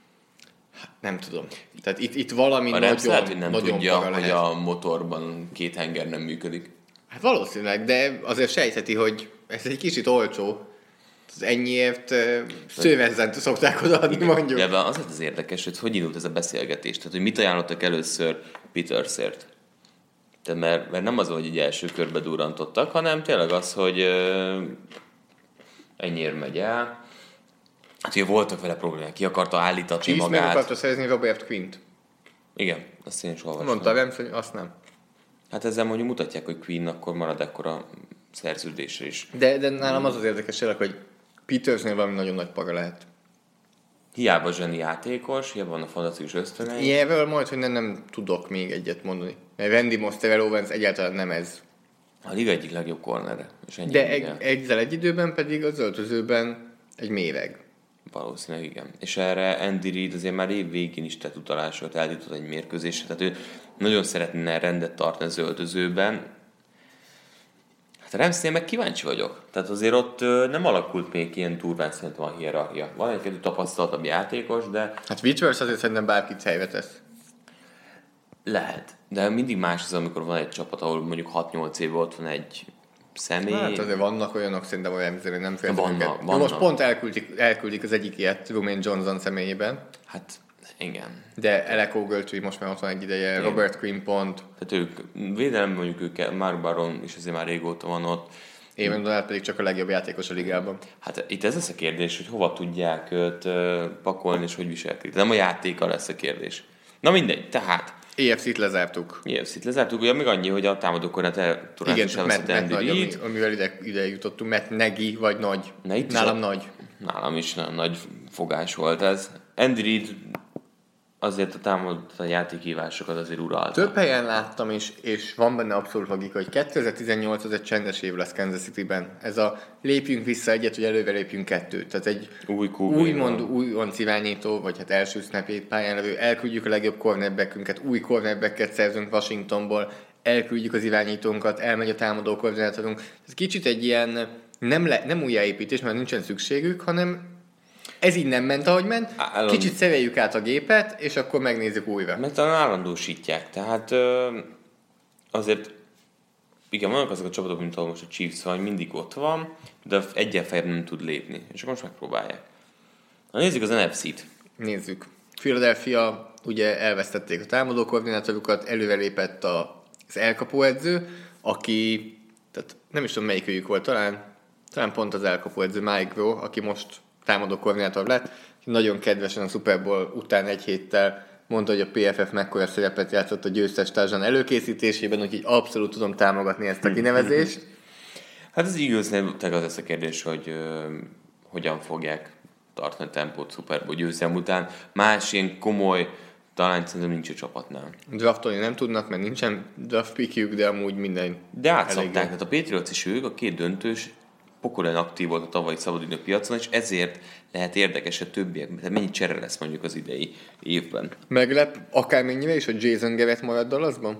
nem tudom. Tehát itt, itt valami a nagyon, lehet, hogy nem nagyon tudja, para hogy lehet. A motorban két henger nem működik. Hát valószínűleg, de azért sejtheti, hogy ez egy kicsit olcsó. Az ennyiért szővezzent szokták odaadni, mondjuk. De az az érdekes, hogy hogy indult ez a beszélgetés. Tehát, hogy mit ajánlottak először Petersért. Tehát mert, mert nem az, hogy egy első körbe durrantottak, hanem tényleg az, hogy uh, ennyiért megy el. Hát ugye voltak vele problémák, ki akarta állítatni Chiefs magát. meg akarta szerezni Robert Quint. Igen, azt én is olvastam. Mondta Rams, hogy azt nem. Hát ezzel mondjuk mutatják, hogy Quinn akkor marad ekkora szerződésre is. De, de nálam az az érdekes, hogy Petersnél valami nagyon nagy paga lehet. Hiába zseni játékos, hiába van a fantasztikus ösztönei. Ilyenről majd, hogy nem, nem tudok még egyet mondani. Mert Randy Moss, Terrell Owens egyáltalán nem ez. A liga egyik legjobb cornerre. De egy, egyzel egy időben pedig az öltözőben egy méreg. Valószínűleg igen. És erre Andy Reid azért már év végén is tett utalásokat, eljutott egy mérkőzésre. Tehát ő nagyon szeretne rendet tartani az öltözőben. Hát a Ramsnél meg kíváncsi vagyok. Tehát azért ott nem alakult még ilyen durván szerintem a hierarchia. Van egy-kettő tapasztaltabb játékos, de... Hát Witchers azért szerintem bárkit helyre tesz. Lehet. De mindig más az, amikor van egy csapat, ahol mondjuk hat-nyolc éve ott van egy személy. Hát azért vannak olyanok, szerintem olyan, hogy nem féltem vannak, őket. vannak. Most pont elküldik, elküldik az egyik ilyet Romain Johnson személyében. Hát igen. De Alec Ogletree most már ott van egy ideje, igen. Robert Quinn pont. Tehát ők, védelemben mondjuk ők, Mark Baron is azért már régóta van ott. Éven Donald pedig csak a legjobb játékos a ligában. Hát itt ez lesz a kérdés, hogy hova tudják őt pakolni, és hogy viselkedik. Nem a játéka lesz a kérdés. Na mindegy, tehát... á ef cét lezártuk. á ef cét lezártuk, ugye még annyi, hogy a támadókorát elturálás is elveszett Andy Reid. Amivel ide, ide jutottunk, Matt Nagy vagy nagy. Nálam a, nagy. Nálam is nagyon nagy fogás volt ez. Andy Reid azért a támadott a játékhívásokat azért uralta. Több helyen láttam is, és van benne abszolút logika, hogy kétezer-tizennyolc az egy csendes év lesz Kansas City-ben. Ez a lépjünk vissza egyet, hogy előre lépjünk kettőt. Tehát egy új úgymond újonc irányító, vagy hát első snapjét pályán levő, elküldjük a legjobb cornerbackünket, új cornerbacket szerzünk Washingtonból, elküldjük az irányítónkat, elmegy a támadó koordinátorunk. Ez kicsit egy ilyen nem, le, nem újjáépítés, mert nincsen szükségük, hanem ez így nem ment, ahogy ment. Állandó... Kicsit szereljük át a gépet, és akkor megnézzük újra. Mert talán állandósítják. Tehát azért igen, vannak azok a csapatok, mint ahol most a Chiefs van, mindig ott van, de egyen fejebb nem tud lépni. És akkor most megpróbálják. Na nézzük az en ef cét. Nézzük. Philadelphia, ugye elvesztették a támadó koordinátorukat, előrelépett az elkapóedző, aki, tehát nem is tudom melyikőjük volt, talán, talán pont az elkapóedző Mike Groh, aki most támadó koordinátor lett, nagyon kedvesen a Super Bowl után egy héttel mondta, hogy a pé ef ef mekkora szerepet játszott a győztes tárzsan előkészítésében, úgyhogy abszolút tudom támogatni ezt a kinevezést. Hát az Eaglesnél az lesz a kérdés, hogy uh, hogyan fogják tartani a tempót Super Bowl győzelem után. Más ilyen komoly, talán szerintem nincs a csapatnál. Draftolni nem tudnak, mert nincsen draft pickjük, de amúgy minden. De átszabták, tehát a Patriots is ők, a két döntős, pokolán aktív volt a tavalyi szabadidő piacon, és ezért lehet érdekes a többiek. Tehát mennyi csere lesz mondjuk az idei évben. Meglep akármennyire is, hogy Jason Garrett marad Dallasban?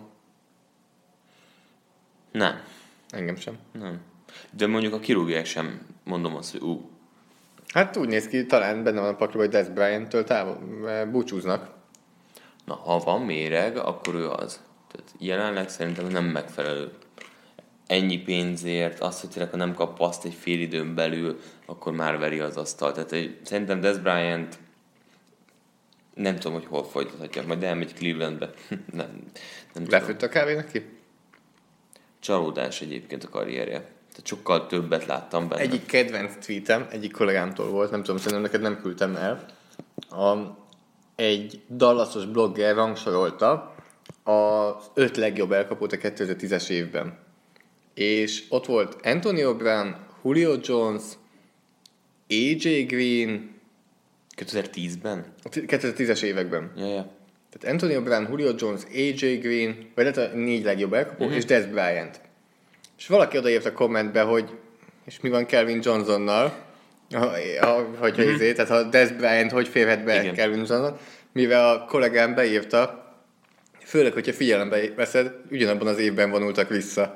Nem. Engem sem. Nem. De mondjuk a kirúgják sem mondom azt, hogy ú. Hát úgy néz ki, talán benne van a pakliba, hogy Dez Bryant-től távol, búcsúznak. Na, ha van méreg, akkor ő az. Tehát jelenleg szerintem nem megfelelő. Ennyi pénzért, azt, hogy tényleg, ha nem kap paszt egy fél időn belül, akkor már veri az asztalt. Tehát egy, szerintem Dez Bryant nem tudom, hogy hol folytathatja, majd elmegy Clevelandbe. nem, nem Lefőtt a kávé neki? Csalódás egyébként a karrierje. Tehát sokkal többet láttam benne. Egyik kedvenc tweetem, egyik kollégámtól volt, nem tudom, szerintem neked nem küldtem el. A, egy Dallasos blogger rangsorolta az öt legjobb elkapót a kétezer-tízes évben. És ott volt Antonio Brown, Julio Jones, á jé Green. kétezer-tízben? kétezer-tízes években. Ja, ja. Tehát Antonio Brown, Julio Jones, á jé Green, vagy lehet a négy legjobb elkapó, uh-huh. és Dez Bryant. És valaki odaírt a kommentbe, hogy és mi van Calvin Johnsonnal, ha, ha, hogyha uh-huh. izé, tehát ha Dez Bryant hogy férhet be igen. Calvin Johnson, mivel a kollégám beírta, főleg, hogyha figyelembe veszed, ugyanabban az évben vonultak vissza.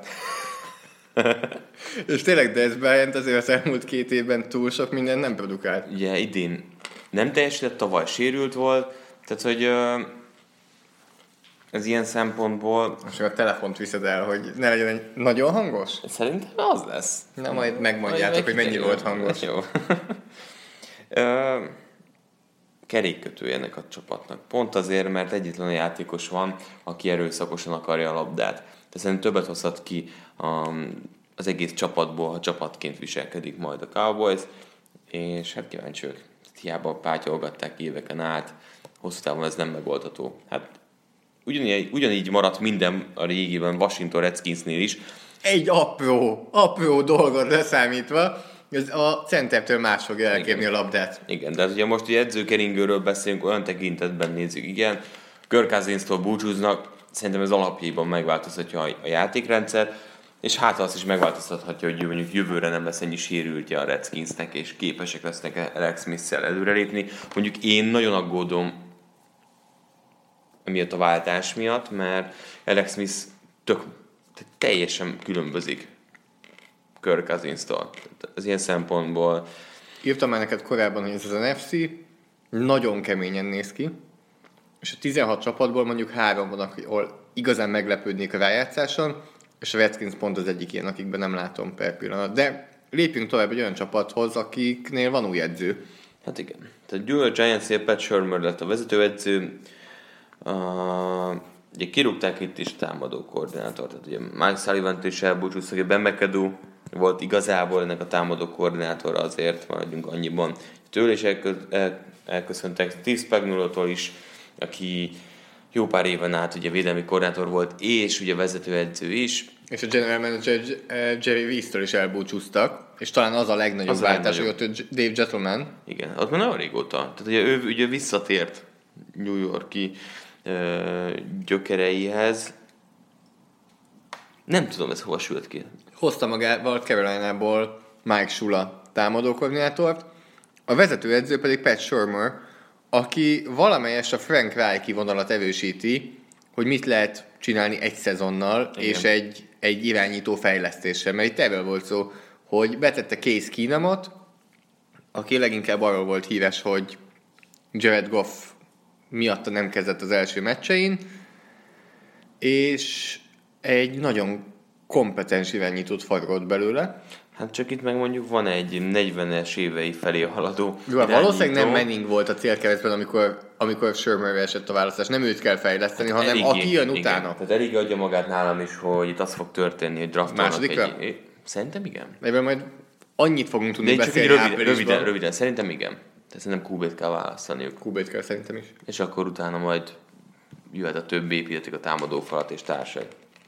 És tényleg Dez Bryant azért az elmúlt két évben túl sok minden nem produkált. Ugye idén nem teljesített, tavaly sérült volt, tehát hogy uh, ez ilyen szempontból... Most a telefont viszed el, hogy ne legyen egy nagyon hangos? Szerintem az lesz. Na, majd megmondjátok, hogy mennyi volt hangos. Jó. Kerékkötője ennek a csapatnak. Pont azért, mert egyetlen a játékos van, aki erőszakosan akarja a labdát. Tehát szerintem többet hozhat ki az egész csapatból, ha csapatként viselkedik majd a Cowboys, és hát kíváncsi ők. Hiába pátyolgatták éveken át, hosszú távon ez nem megoldható. Hát ugyanígy, ugyanígy maradt minden a régiben Washington Redskinsnél is. Egy apró, apró dolgot leszámítva, ez a centertől más fogja elkérni a labdát. Igen, de ugye most egy edzőkeringőről beszélünk, olyan tekintetben nézzük, igen, Kirk Cousinstól búcsúznak, szerintem ez alapjában megváltoztatja a játékrendszer, és hát azt is megváltoztathatja, hogy mondjuk jövőre nem lesz ennyi sérültje a Redskinsnek, és képesek lesznek Alex Smith-szel előrelépni. Mondjuk én nagyon aggódom emiatt a váltás miatt, mert Alex Smith tök, teljesen különbözik Kirk Cousinstól. Az ilyen szempontból... Írtam már neked korábban, hogy ez az en ef cé nagyon keményen néz ki, és a tizenhat csapatból mondjuk három van, ahol igazán meglepődnék a rájátszáson, és a Redskins pont az egyik ilyen, akikben nem látom per pillanat. De lépjünk tovább egy olyan csapathoz, akiknél van új edző. Hát igen. Tehát New York Giants-nél Pat Shurmur lett a vezetőedző. Uh, ugye kirúgták itt is támadó koordinátort. Tehát ugye Mike Sullivan-t is elbúcsúztak, hogy Ben McAdoo volt igazából ennek a támadó koordinátora, azért maradjunk annyiban. Tőle is elkö- el- elköszöntek Steve Spagnuolo-tól is, aki jó pár éven át ugye védelmi koordinátor volt, és ugye vezetőedző is. És a general manager Jerry Weiss-től is elbúcsúztak, és talán az a legnagyobb az váltás, hogy ott Dave Gettleman. Igen, ott már nagyon régóta. Tehát ugye ő ugye visszatért New York-i uh, gyökereihez. Nem tudom, ez hova sült ki. Hozta magával Carolina-ból Mike Shula támadó koordinátort, a vezetőedző pedig Pat Shurmur, aki valamelyest a Frank Reich vonalat erősíti, hogy mit lehet csinálni egy szezonnal, igen, és egy, egy irányító fejlesztéssel. Mert itt erről volt szó, hogy betette Case Keenumot, aki leginkább arról volt híres, hogy Jared Goff miatta nem kezdett az első meccsein, és egy nagyon kompetens irányítót faragott belőle. Hát csak itt meg mondjuk van egy negyvenes évei felé haladó Jó, valószínűleg nem Manning volt a célkeresztben, amikor, amikor Shurmurre esett a választás. Nem őt kell fejleszteni, hanem eléggé, aki jön igen, utána. Tehát elég adja magát nálam is, hogy itt az fog történni, hogy draftolnak egy... Szerintem igen. Ebből majd annyit fogunk tudni de beszélni röviden, röviden, röviden, röviden, szerintem igen. Tehát szerintem kú bét kell választaniuk. kú bét kell szerintem is. És akkor utána majd jöhet a több építetik a támadófalat és társai.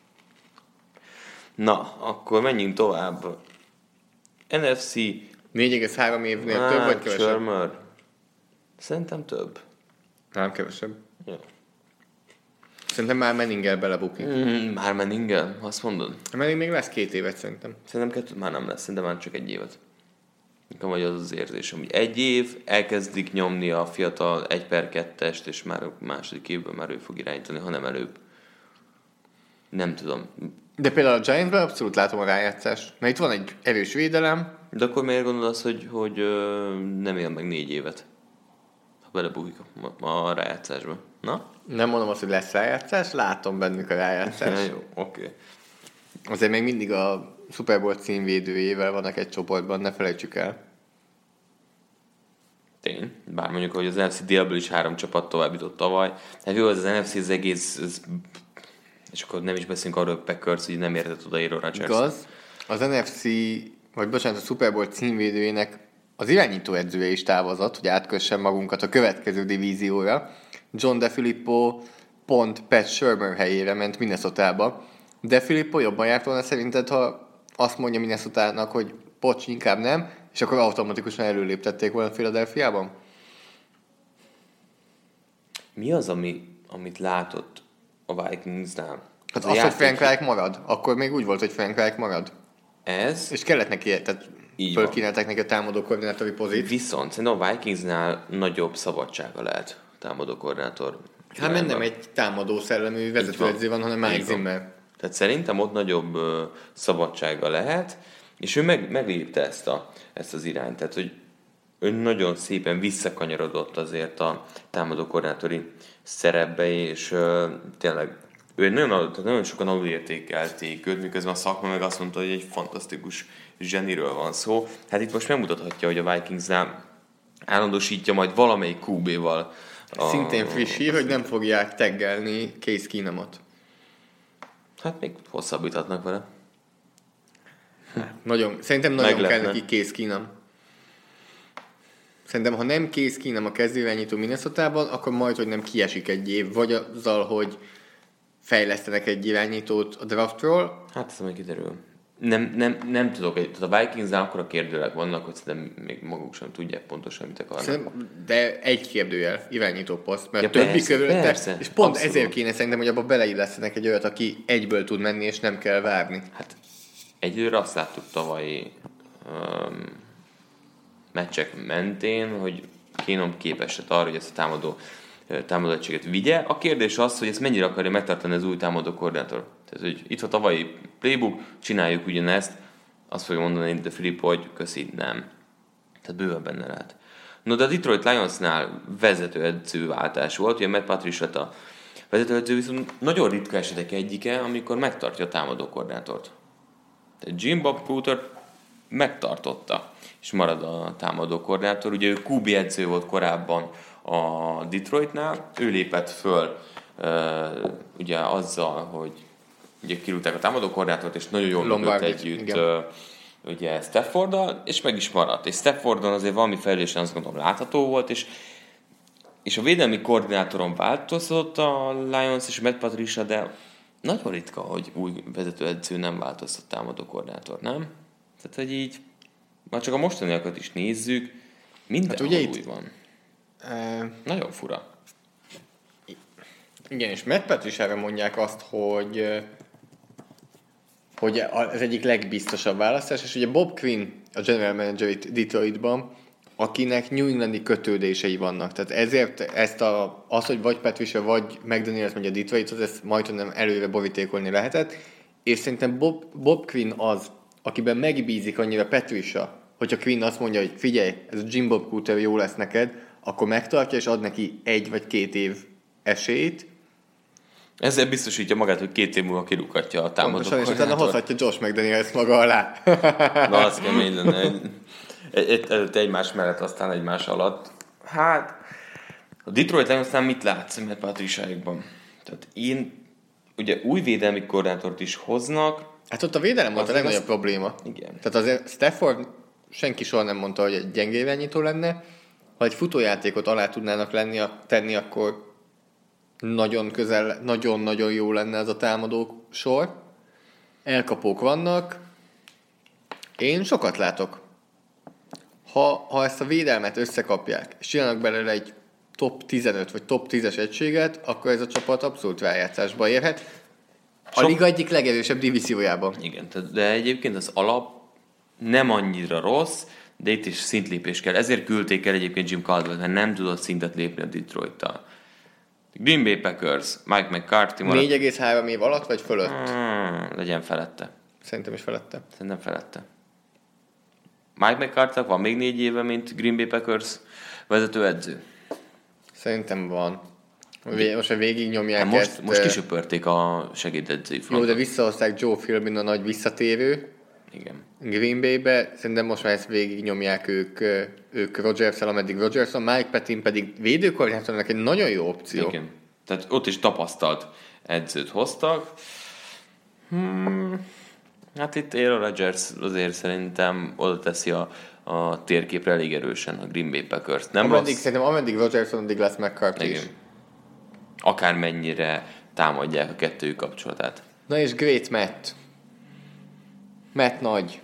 Na, akkor menjünk tovább. en ef cé... négy egész három évnél hát, több vagy kevesebb? Shurmur. Szerintem több. Nem, kevesebb. Ja. Szerintem már Manninggel belebukik. Mm, már Manninggel? Azt mondod? Manning még lesz két évet szerintem. Szerintem kettő már nem lesz, szerintem már csak egy évet. Nekem vagy az az érzésem, hogy egy év, elkezdik nyomni a fiatal egy per kettest, és már a második évben már ő fog irányítani, hanem előbb. Nem tudom. De például a Giantsben abszolút látom a rájátszást. Mert itt van egy erős védelem. De akkor miért gondolod azt, hogy, hogy ö, nem él meg négy évet? Ha belebukik a, a rájátszásba. Na? Nem mondom azt, hogy lesz rájátszás, látom bennük a rájátszást. Jó, oké. Okay. Azért még mindig a Super Bowl címvédőjével vannak egy csoportban, ne felejtsük el. Tény. Bár mondjuk, hogy az en ef cé délből is három csapat tovább jutott tavaly. Hát jó, az en ef cé az egész... Ez, és akkor nem is beszélünk arról, hogy Packers, hogy nem értett oda Aaron Rodgers. Igaz. Az en ef cé, vagy bocsánat, a Super Bowl címvédőjének az irányító edzője is távozott, hogy átkössen magunkat a következő divízióra. John DeFilippo pont Pat Shurmur helyére ment Minnesotába. DeFilippo jobban járt volna szerinted, ha azt mondja Minnesotának, hogy pocs, inkább nem, és akkor automatikusan előléptették volna Philadelphiában? Mi az, ami, amit látott a Vikingsnál? Hát az, az hogy Frank Reich marad? Akkor még úgy volt, hogy Frank Reich marad. Ez? És kellett neki, tehát fölkínálták neki a támadó koordinátori pozíciót. Viszont szerintem a Vikingsnál nagyobb szabadsága lehet a támadó koordinátor. Hát nem egy támadó szellemű vezetőedző van, hanem Mike Zimmer. Tehát szerintem ott nagyobb uh, szabadsága lehet, és ő meg, meglépte ezt, a, ezt az irányt. Tehát, hogy ő nagyon szépen visszakanyarodott azért a támadó koordinátori szerepbe, és uh, tényleg ő nagyon, nagyon sokan alulértékelték őt, miközben a szakma meg azt mondta, hogy egy fantasztikus zseniről van szó. Hát itt most megmutathatja, hogy a Vikingsnál állandósítja majd valamelyik kú bé-val. A... Szintén friss hír, hogy nem fogják taggelni Case Keenumot. Hát még hosszabbíthatnak vele. Nagyon, szerintem nagyon kell neki Case Keenum. Szerintem, ha nem Case Keenum a kezdőirányító Minnesotában, akkor majd, hogy nem kiesik egy év, vagy azzal, hogy fejlesztenek egy irányítót a draftról. Hát ez majd kiderül. Nem, nem, nem tudok, tehát a Vikingsnál akkor a kérdőjelek vannak, hogy szerintem még maguk sem tudják pontosan, mit akarnak. Szerintem, de egy kérdőjel, irányító poszt, mert ja, többi persze, körülötte, persze, és pont abszolút. Ezért kéne szerintem, hogy abba beleillesztenek egy olyat, aki egyből tud menni, és nem kell várni. Hát egyőre azt láttuk tavalyi um, meccsek mentén, hogy Keenum képes arra, hogy ezt a támadó támadottséget vigye. A kérdés az, hogy ezt mennyire akarja megtartani az új támadó koordinátor. Tehát, hogy itt a tavalyi playbook, csináljuk ugyanezt, azt fogja mondani de Filip, hogy köszi, nem. Tehát bőven benne lehet. No, de a Detroit Lionsnál vezetőedzőváltás volt, ugye Matt Patricia lett a vezetőedző, viszont nagyon ritka esetek egyike, amikor megtartja a támadó koordinátort. Tehát Jim Bob Cooter megtartotta, és marad a támadó koordinátor. Ugye ő kú bé edző volt korábban a Detroitnál, ő lépett föl uh, ugye azzal, hogy ugye kirúgták a támadó koordinátort, és nagyon jól működött együtt uh, ugye Stafforddal, és meg is maradt. És Staffordon azért valami fejlődésen azt gondolom látható volt, és, és a védelmi koordinátoron változott a Lions és Matt Patricia, de nagyon ritka, hogy új vezetőedző nem változtat támadó koordinátor, nem? Tehát, hogy így, már csak a mostaniakat is nézzük, mindenhol hát új itt... van. Uh, Nagyon fura. Igen, és Matt Patriciára mondják azt, hogy hogy az egyik legbiztosabb választás, és ugye Bob Quinn, a general manager itt Detroitban, akinek New Englandi kötődései vannak. Tehát ezért ezt a, az, hogy vagy Patricia, vagy McDaniels megy a Detroithoz, ezt majdnem előre borítékolni lehetett, és szerintem Bob, Bob Quinn az, akiben megbízik annyira Patricia, hogyha Quinn azt mondja, hogy figyelj, ez a Jim Bob Cooter jó lesz neked, akkor megtartja, és ad neki egy vagy két év esélyt. Ezzel biztosítja magát, hogy két év múlva kirúghatja a támadókat. Pontosan, és utána hozhatja Josh McDaniels maga alá. Na, az kemény lenne. Egy, egy, előtte egymás mellett, aztán egymás alatt. Hát, a Detroit Lionsnál mit látsz, mert Patriciáikban? Tehát én, ugye új védelmi koordinátort is hoznak. Hát ott a védelem volt a legnagyobb az... probléma. Igen. Tehát azért Stafford senki soha nem mondta, hogy egy gyenge irányító lenne. Ha egy futójátékot alá tudnának lenni, tenni, akkor nagyon közel, nagyon-nagyon jó lenne ez a támadó sor. Elkapók vannak. Én sokat látok. Ha, ha ezt a védelmet összekapják, és csinálnak belőle egy top tizenöt vagy top tízes egységet, akkor ez a csapat abszolút rájátszásba érhet. A Sok... liga egyik legerősebb divíziójában. Igen, de egyébként az alap nem annyira rossz, de itt is szintlépés kell. Ezért küldték el egyébként Jim Caldwell, mert nem tudott szintet lépni a Detroit-tal. Green Bay Packers, Mike McCarthy maradt... négy egész három év alatt, vagy fölött? Hmm, legyen felette. Szerintem is felette. Szerintem felette. Mike McCarthy van még négy éve, mint Green Bay Packers vezetőedző? Szerintem van. Most a végig nyomják hát most, ezt. Most kisöpörték a segédedzői frontot. Jó, de visszahozták Joe Philbin, a nagy visszatérő. Igen. Green Bay-be, szerintem most már ezt végig nyomják ők, ők Rodgers-el, ameddig Rodgerson, Mike Patton pedig védőkoordinátornak egy nagyon jó opció. Igen. Tehát ott is tapasztalt edzőt hoztak. Hmm. Hát itt Aaron Rodgers azért szerintem oda teszi a, a térképre elég erősen a Green Bay Packers. Nem ameddig, rossz. Szerintem ameddig Rodgerson, addig lesz McCarthy is. Akármennyire támadják a kettőjük kapcsolatát. Na és Great Matt. Matt nagy.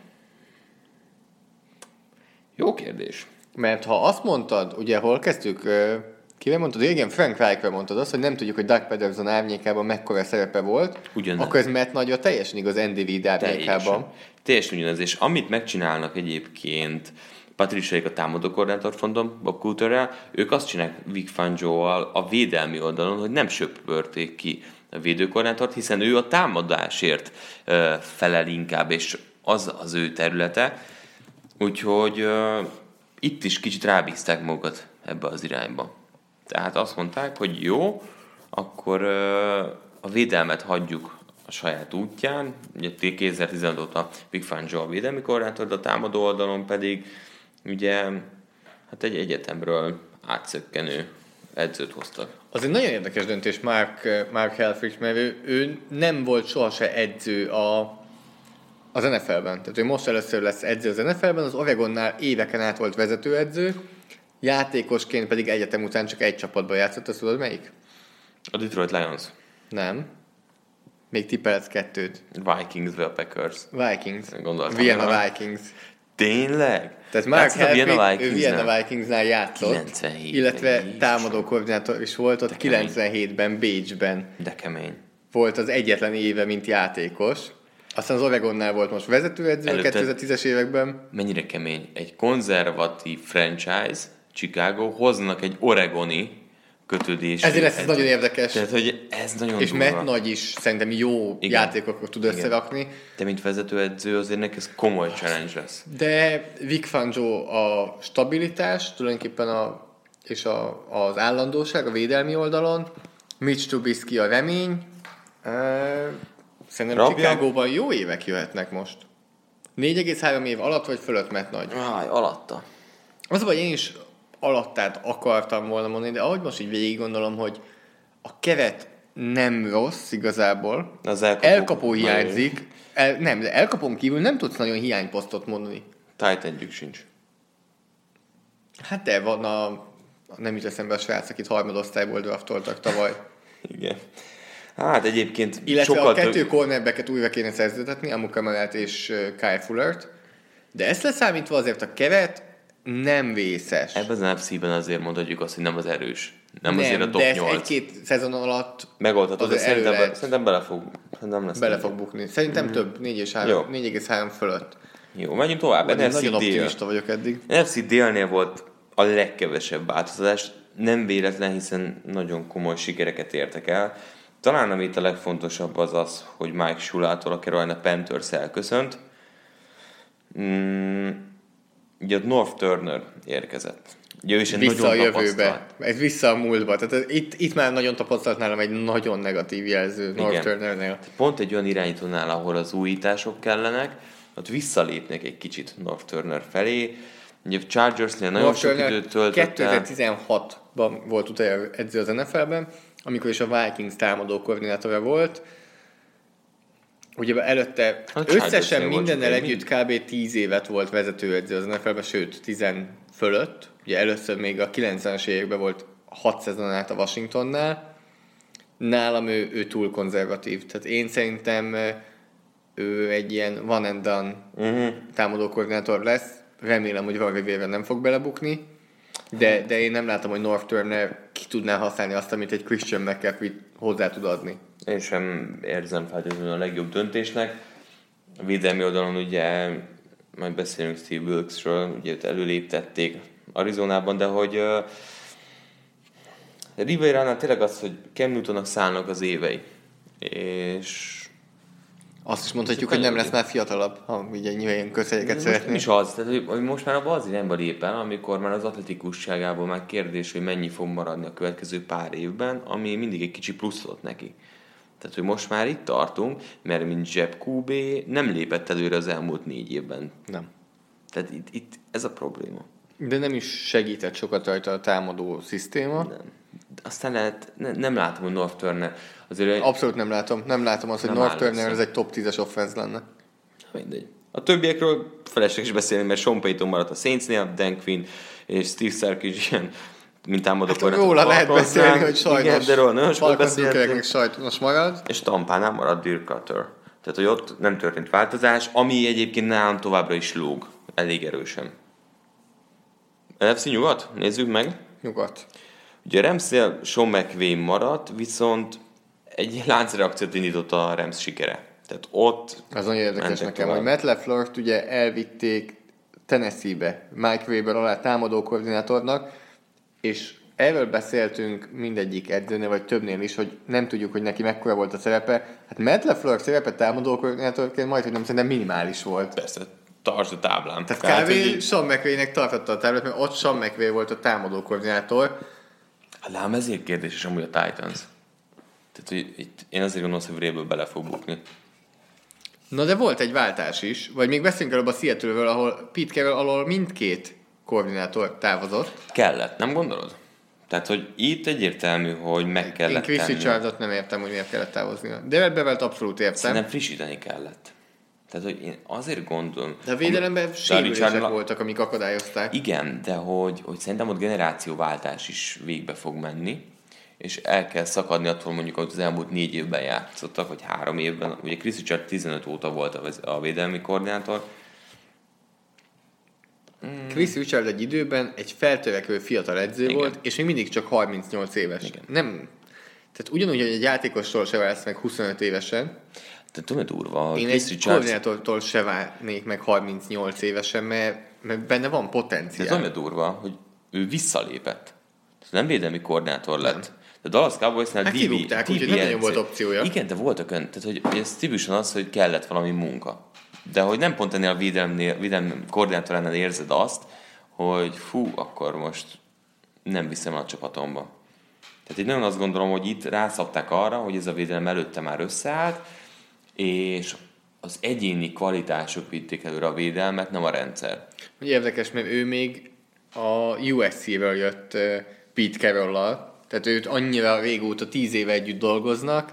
Jó kérdés. Mert ha azt mondtad, ugye hol kezdtük, kivel mondtad? Igen, Frank Reichre mondtad azt, hogy nem tudjuk, hogy Doug Pederson árnyékában mekkora szerepe volt. Ugyanez. Akkor ez Matt nagyon teljesen igaz Andy Reid árnyékában. Teljesen. Teljesen ugyanez. És amit megcsinálnak egyébként Patriciaik a támadó koordinátor fronton, Bob Cooterrel, ők azt csinálják Vic Fangioval a védelmi oldalon, hogy nem söpörték ki a védőkoordinátort, hiszen ő a támadásért uh, felel inkább, és az az ő területe. Úgyhogy uh, itt is kicsit rábízták magukat ebbe az irányba. Tehát azt mondták, hogy jó, akkor a védelmet hagyjuk a saját útján. Ugye kétezer-tizenöt óta Vic Fangio a védelmi koordinátor, de a támadó oldalon pedig ugye hát egy egyetemről átszökkenő edzőt hoztak. Az egy nagyon érdekes döntés Mark, Mark Helfrich, mert ő, ő nem volt sohasem edző a, az en ef el-ben. Tehát ő most először lesz edző az en ef el-ben, az Oregonnál éveken át volt vezetőedző, játékosként pedig egyetem után csak egy csapatban játszott, azt tudod melyik? A Detroit Lions. Nem. Még tippelhetsz kettőt. Vikings vagy a Packers. Vikings. Gondoltam. Vienna Vikings. Tényleg? Tehát Mark Helfrich, ő Vienna Vikingsnál játszott, kilencvenhét illetve támadó koordinátor is volt ott kilencvenhétben Bécsben. De kemény. Volt az egyetlen éve, mint játékos. Aztán az Oregonnál volt most vezetőedző a kétezer-tízes években. Mennyire kemény. Egy konzervatív franchise, Chicago, hoznak egy oregoni kötődésű. Ezért ez nagyon érdekes. Tehát, hogy ez nagyon és Matt Nagy is szerintem jó igen. játékokat tud összerakni. De mint vezetőedző azért neki ez komoly challenge lesz. De Vic Fangio a stabilitás, tulajdonképpen a, és a, az állandóság a védelmi oldalon, Mitch Trubisky a remény. Uh, szerintem Rabja. Chicagóban jó évek jöhetnek most. négy egész három év alatt vagy fölött Matt Nagy? Áj, alatta. Az vagy én is alattát akartam volna mondani, de ahogy most így végig gondolom, hogy a keret nem rossz igazából. Az elkapó, elkapó hiányzik. El, nem, de elkapón kívül nem tudsz nagyon hiányposztot mondani. Tight-endjük sincs. Hát de van a... Nem jut eszembe a srác, akit harmadosztályból draftoltak tavaly. Igen. Hát egyébként illetve sokkal a kettő tök... cornerbacket újra kéne szerződtetni, Amu Kamarát és Kyle Fullert. De ezt leszámítva azért a keret nem vészes. Ebben az en ef cé-ben azért mondhatjuk azt, hogy nem az erős. Nem, nem azért a top de nyolc. egy-két szezon alatt megoldható, de szerintem, be, szerintem bele fog, nem lesz bele fog bukni. Szerintem mm. több, négy egész három fölött. Jó, menjünk tovább. en ef cé nagyon optimista vagyok eddig. en ef cé délnél volt a legkevesebb változás. Nem véletlen, hiszen nagyon komoly sikereket értek el. Talán amit a legfontosabb az az, hogy Mike Shulától a Carolina Panthers elköszönt. Mm, ugye ott North Turner érkezett. Ugye ő is egy vissza nagyon a jövőbe. Ez vissza a múltba. Tehát itt, itt már nagyon tapasztalt nálam egy nagyon negatív jelző North Turnernél. Pont egy olyan irányítónál, ahol az újítások kellenek, ott visszalépnek egy kicsit North Turner felé. Ugye a Chargersnél nagyon North sok Turner időt töltött el. kétezer-tizenhatban volt utoljára edző az en ef el-ben, amikor is a Vikings támadó koordinátora volt. Ugye előtte hát összesen mindennel együtt kb. tíz évet volt vezetőedző az en ef el-ben, sőt, tíz fölött. Ugye először még a kilencvenes években volt hat szezon át a Washingtonnál. Nálam ő, ő túl konzervatív. Tehát én szerintem ő egy ilyen one and done uh-huh. támadó koordinátor lesz. Remélem, hogy Ron Rivera nem fog belebukni. De, de én nem látom, hogy North Turner ki tudná használni azt, amit egy Christian McCaffrey hozzá tud adni. Én sem érzem feltétlenül a legjobb döntésnek. A védelmi oldalon ugye, majd beszélünk Steve Wilkesről, ugye őt előléptették Arizonában, de hogy uh, Riveránál tényleg az, hogy Cam Newtonnak szállnak az évei. És azt is mondhatjuk, hogy nem lesz már fiatalabb, ha ugye nyilván közhelyeket szeretnél. Most is az, tehát hogy most már abban az irányba lép el, amikor már az atletikusságából már kérdés, hogy mennyi fog maradni a következő pár évben, ami mindig egy kicsi pluszot neki. Tehát, hogy most már itt tartunk, mert mint Jeb kú bé nem lépett előre az elmúlt négy évben. Nem. Tehát itt, itt ez a probléma. De nem is segített sokat rajta a támadó szisztéma. Nem. Aztán lehet, ne, nem látom, hogy North Turner azért... Abszolút nem látom. Nem látom azt, hogy North Turner ez egy top tízes offense lenne. Mindegy. A többiekről felesleges beszélni, mert Sean Payton maradt a Saintsnél, Dan Quinn és Steve Sarkis ilyen, mint támadókor. Hát róla lehet beszélni, hogy sajnos. Igen, de róla nagyon sokat beszéltünk. sajnos marad. És Tampánál maradt Dirk Cutter. Tehát, hogy ott nem történt változás, ami egyébként nálam továbbra is lóg. Elég erősen. en ef cé nyugat? Nézzük meg. Nyugat. Ugye a Ramsnél Sean McVay maradt, viszont egy láncreakciót indított a Rams sikere. Tehát ott... Az nagyon érdekes nekem, tovább. Hogy Matt LaFleur-t ugye elvitték Tennessee-be, Mike Weber alá támadó koordinátornak, és erről beszéltünk mindegyik edzőnél, vagy többnél is, hogy nem tudjuk, hogy neki mekkora volt a szerepe. Hát Matt LaFleur szerepe támadó koordinátorként majd, hogy nem szerintem minimális volt. Persze, tartsd a táblán. Tehát kb. Sean McVaynek tartotta a táblát, mert ott Sean McVay volt a támadó koordinátor. Hát lám ezért kérdéses amúgy a Titans. Tehát, hogy itt én azért gondolom, hogy Vrabel bele fog bukni. Na de volt egy váltás is, vagy még beszélünk előbb a Seattle-ről, ahol Pete Carroll alól mindkét koordinátor távozott. Kellett, nem gondolod? Tehát, hogy itt egyértelmű, hogy meg kellett tenni. Én Chris Richardot nem értem, hogy miért kellett távoznia. David Bevelt abszolút értem. Szerintem frissíteni kellett. Tehát, hogy én azért gondolom... De a védelemben sérülések Richard... voltak, amik akadályozták. Igen, de hogy, hogy szerintem ott generációváltás is végbe fog menni, és el kell szakadni attól mondjuk, hogy az elmúlt négy évben játszottak, vagy három évben. Ugye Chris Richard tizenöt óta volt a védelmi koordinátor. Mm. Chris Richard egy időben egy feltörekvő fiatal edző Igen. volt, és még mindig csak harmincnyolc éves. Igen. Nem... Tehát ugyanúgy, hogy egy játékostól se válsz meg huszonöt évesen, de tudom, durva. Én Chris egy Richards... koordinátortól se válnék meg harmincnyolc évesen, mert, mert benne van potenciál. De tudom, durva, hogy ő visszalépett. Nem védelmi koordinátor lett. Nem. De Dallas Cowboysnál hát kirúgták, úgyhogy nem nagyon volt opciója. Igen, de voltak ön, tehát hogy ez tipikusan az, hogy kellett valami munka. De hogy nem pont ennél a védelmi, védelmi koordinátoránál érzed azt, hogy fú, akkor most nem viszem a csapatomba. Tehát én nagyon azt gondolom, hogy itt rászabták arra, hogy ez a védelem előtte már összeállt, és az egyéni kvalitások vitték előre a védelmet, nem a rendszer. Érdekes, mert ő még a U S C-ről jött Pete Carroll-lal, tehát őt annyira régóta, tíz éve együtt dolgoznak.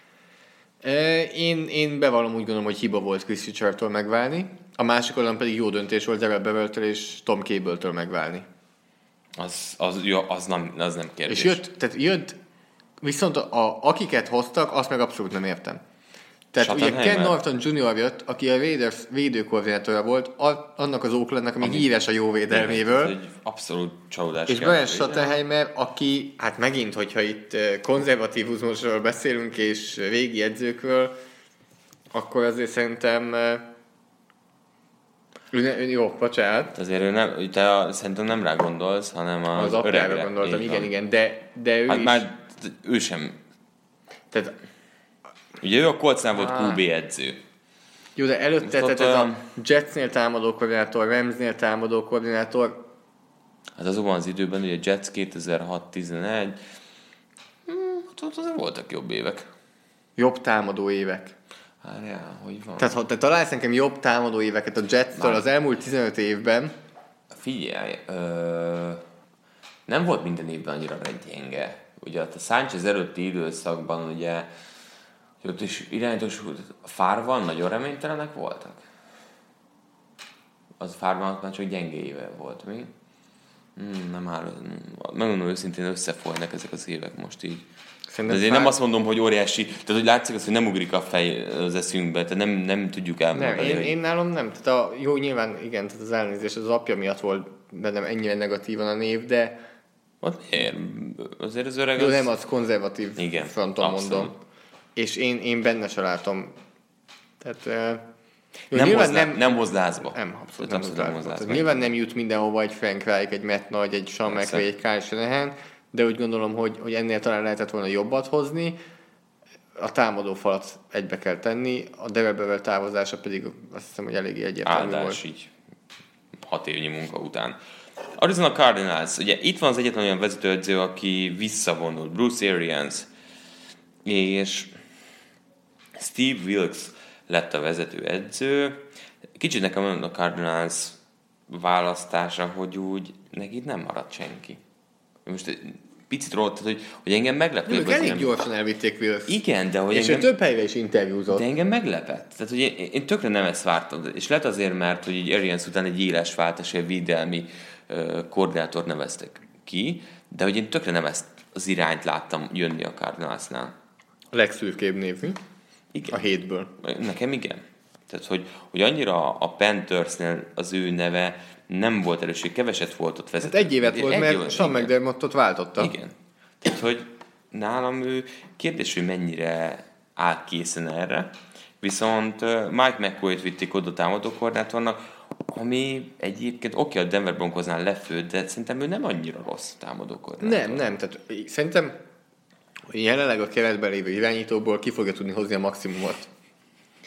Én, én bevallom, úgy gondolom, hogy hiba volt Chris Richardtól megválni, a másik oldalon pedig jó döntés volt Daryl Beveltől és Tom Cable-től megválni. Az, az, ja, az, nem, az nem kérdés. És jött, tehát jött, viszont a, akiket hoztak, azt meg abszolút nem értem. Tehát Schatten ugye Ken Norton junior jött, aki a Raiders védőkoordinátora volt, a, annak az Oaklandnak, ami, ami híres a jó védelméről. Egy abszolút csalódás. És Brian Schottenheimer, aki, hát megint, hogyha itt konzervatívizmusról beszélünk, és régi edzőkről, akkor azért szerintem... Jó, bocsánat. Azért ő nem, te a, szerintem nem rá gondolsz, hanem az, az apjára gondoltam, igen, igen, de, de ő hát is... már ő sem... Tehát... Ugye ő a Coltsnál volt Q B edző. Jó, de előtte, tehát ez a Jetsnél támadó koordinátor, Ramsnél támadó koordinátor. Hát azokban az időben, ugye Jets kétezer-hat tizenegy, hmm, ott azért voltak jobb évek. Jobb támadó évek. Várjál, hogy van? Tehát ha te találsz nekem jobb támadó éveket a Jetstől az elmúlt tizenöt évben. Figyelj, ö, nem volt minden évben annyira gyenge. Ugye a Sanchez előtti időszakban ugye ott is irányítós Fárban nagyon reménytelenek voltak. Az Fárban már csak gyenge éve volt, mi? Hmm, nem áll, megmondom őszintén összefolynak ezek az évek most így. Szerintem de én nem azt mondom, hogy óriási, tehát hogy látszik az, hogy nem ugrik a fej az eszünkbe, tehát nem, nem tudjuk elmondani. Nem, én, hogy... én nálam nem. Tehát a, jó, nyilván igen, tehát az elnézés az apja miatt volt bennem ennyire negatívan a név, de... Hát miért? Azért az öreg jó, az... nem, az konzervatív igen, fronton abszolút. Mondom. És én, én benne se látom. Tehát... Jó, nem, hoz nem, nem hoz lázba. Nem, abszolút nem, nem hoz lázba. Nyilván nem jut mindenhova egy Frank Reich, egy Matt Nagy, egy Sean McVay, egy Kyle Shanahan, de úgy gondolom, hogy, hogy ennél talán lehetett volna jobbat hozni. A támadó falat egybe kell tenni, a Daryl Bevell távozása pedig azt hiszem, hogy eléggé egyértelmű áldás volt. Így hat évnyi munka után. Arizona Cardinals, ugye itt van az egyetlen olyan vezetőedző, aki visszavonult, Bruce Arians, és Steve Wilkes lett a vezetőedző. Kicsit nekem olyan a Cardinals választása, hogy úgy neki nem maradt senki. Most picit róla, hogy, hogy engem meglepett. Ők elég nem... gyorsan elvitték Wilkes. Igen, de hogy és engem... több helyre is interjúzott. De engem meglepett. Tehát, hogy én, én tökre nem ezt vártam. És lehet azért, mert hogy így Arians után egy éles váltás, egy védelmi uh, koordinátort neveztek ki, de hogy én tökre nem ezt az irányt láttam jönni a Cardinalsnál. A legszürkébb név, mi? Igen. A hétből. Nekem igen. Tehát, hogy, hogy annyira a Panthersnél az ő neve nem volt erőség, keveset volt ott vezető. Hát egy évet volt, egy mert évet, Sean McDermottot váltotta. Igen. Tehát, hogy nálam ő kérdés, hogy mennyire áll készen erre. Viszont Mike McCoy-t vitték oda támadókoordinátornak, ami egyébként oké, a Denver Broncosnál lefőtt, de szerintem ő nem annyira rossz támadókoordinátor. Nem, nem. Tehát szerintem jelenleg a keretben lévő irányítóból ki fogja tudni hozni a maximumot.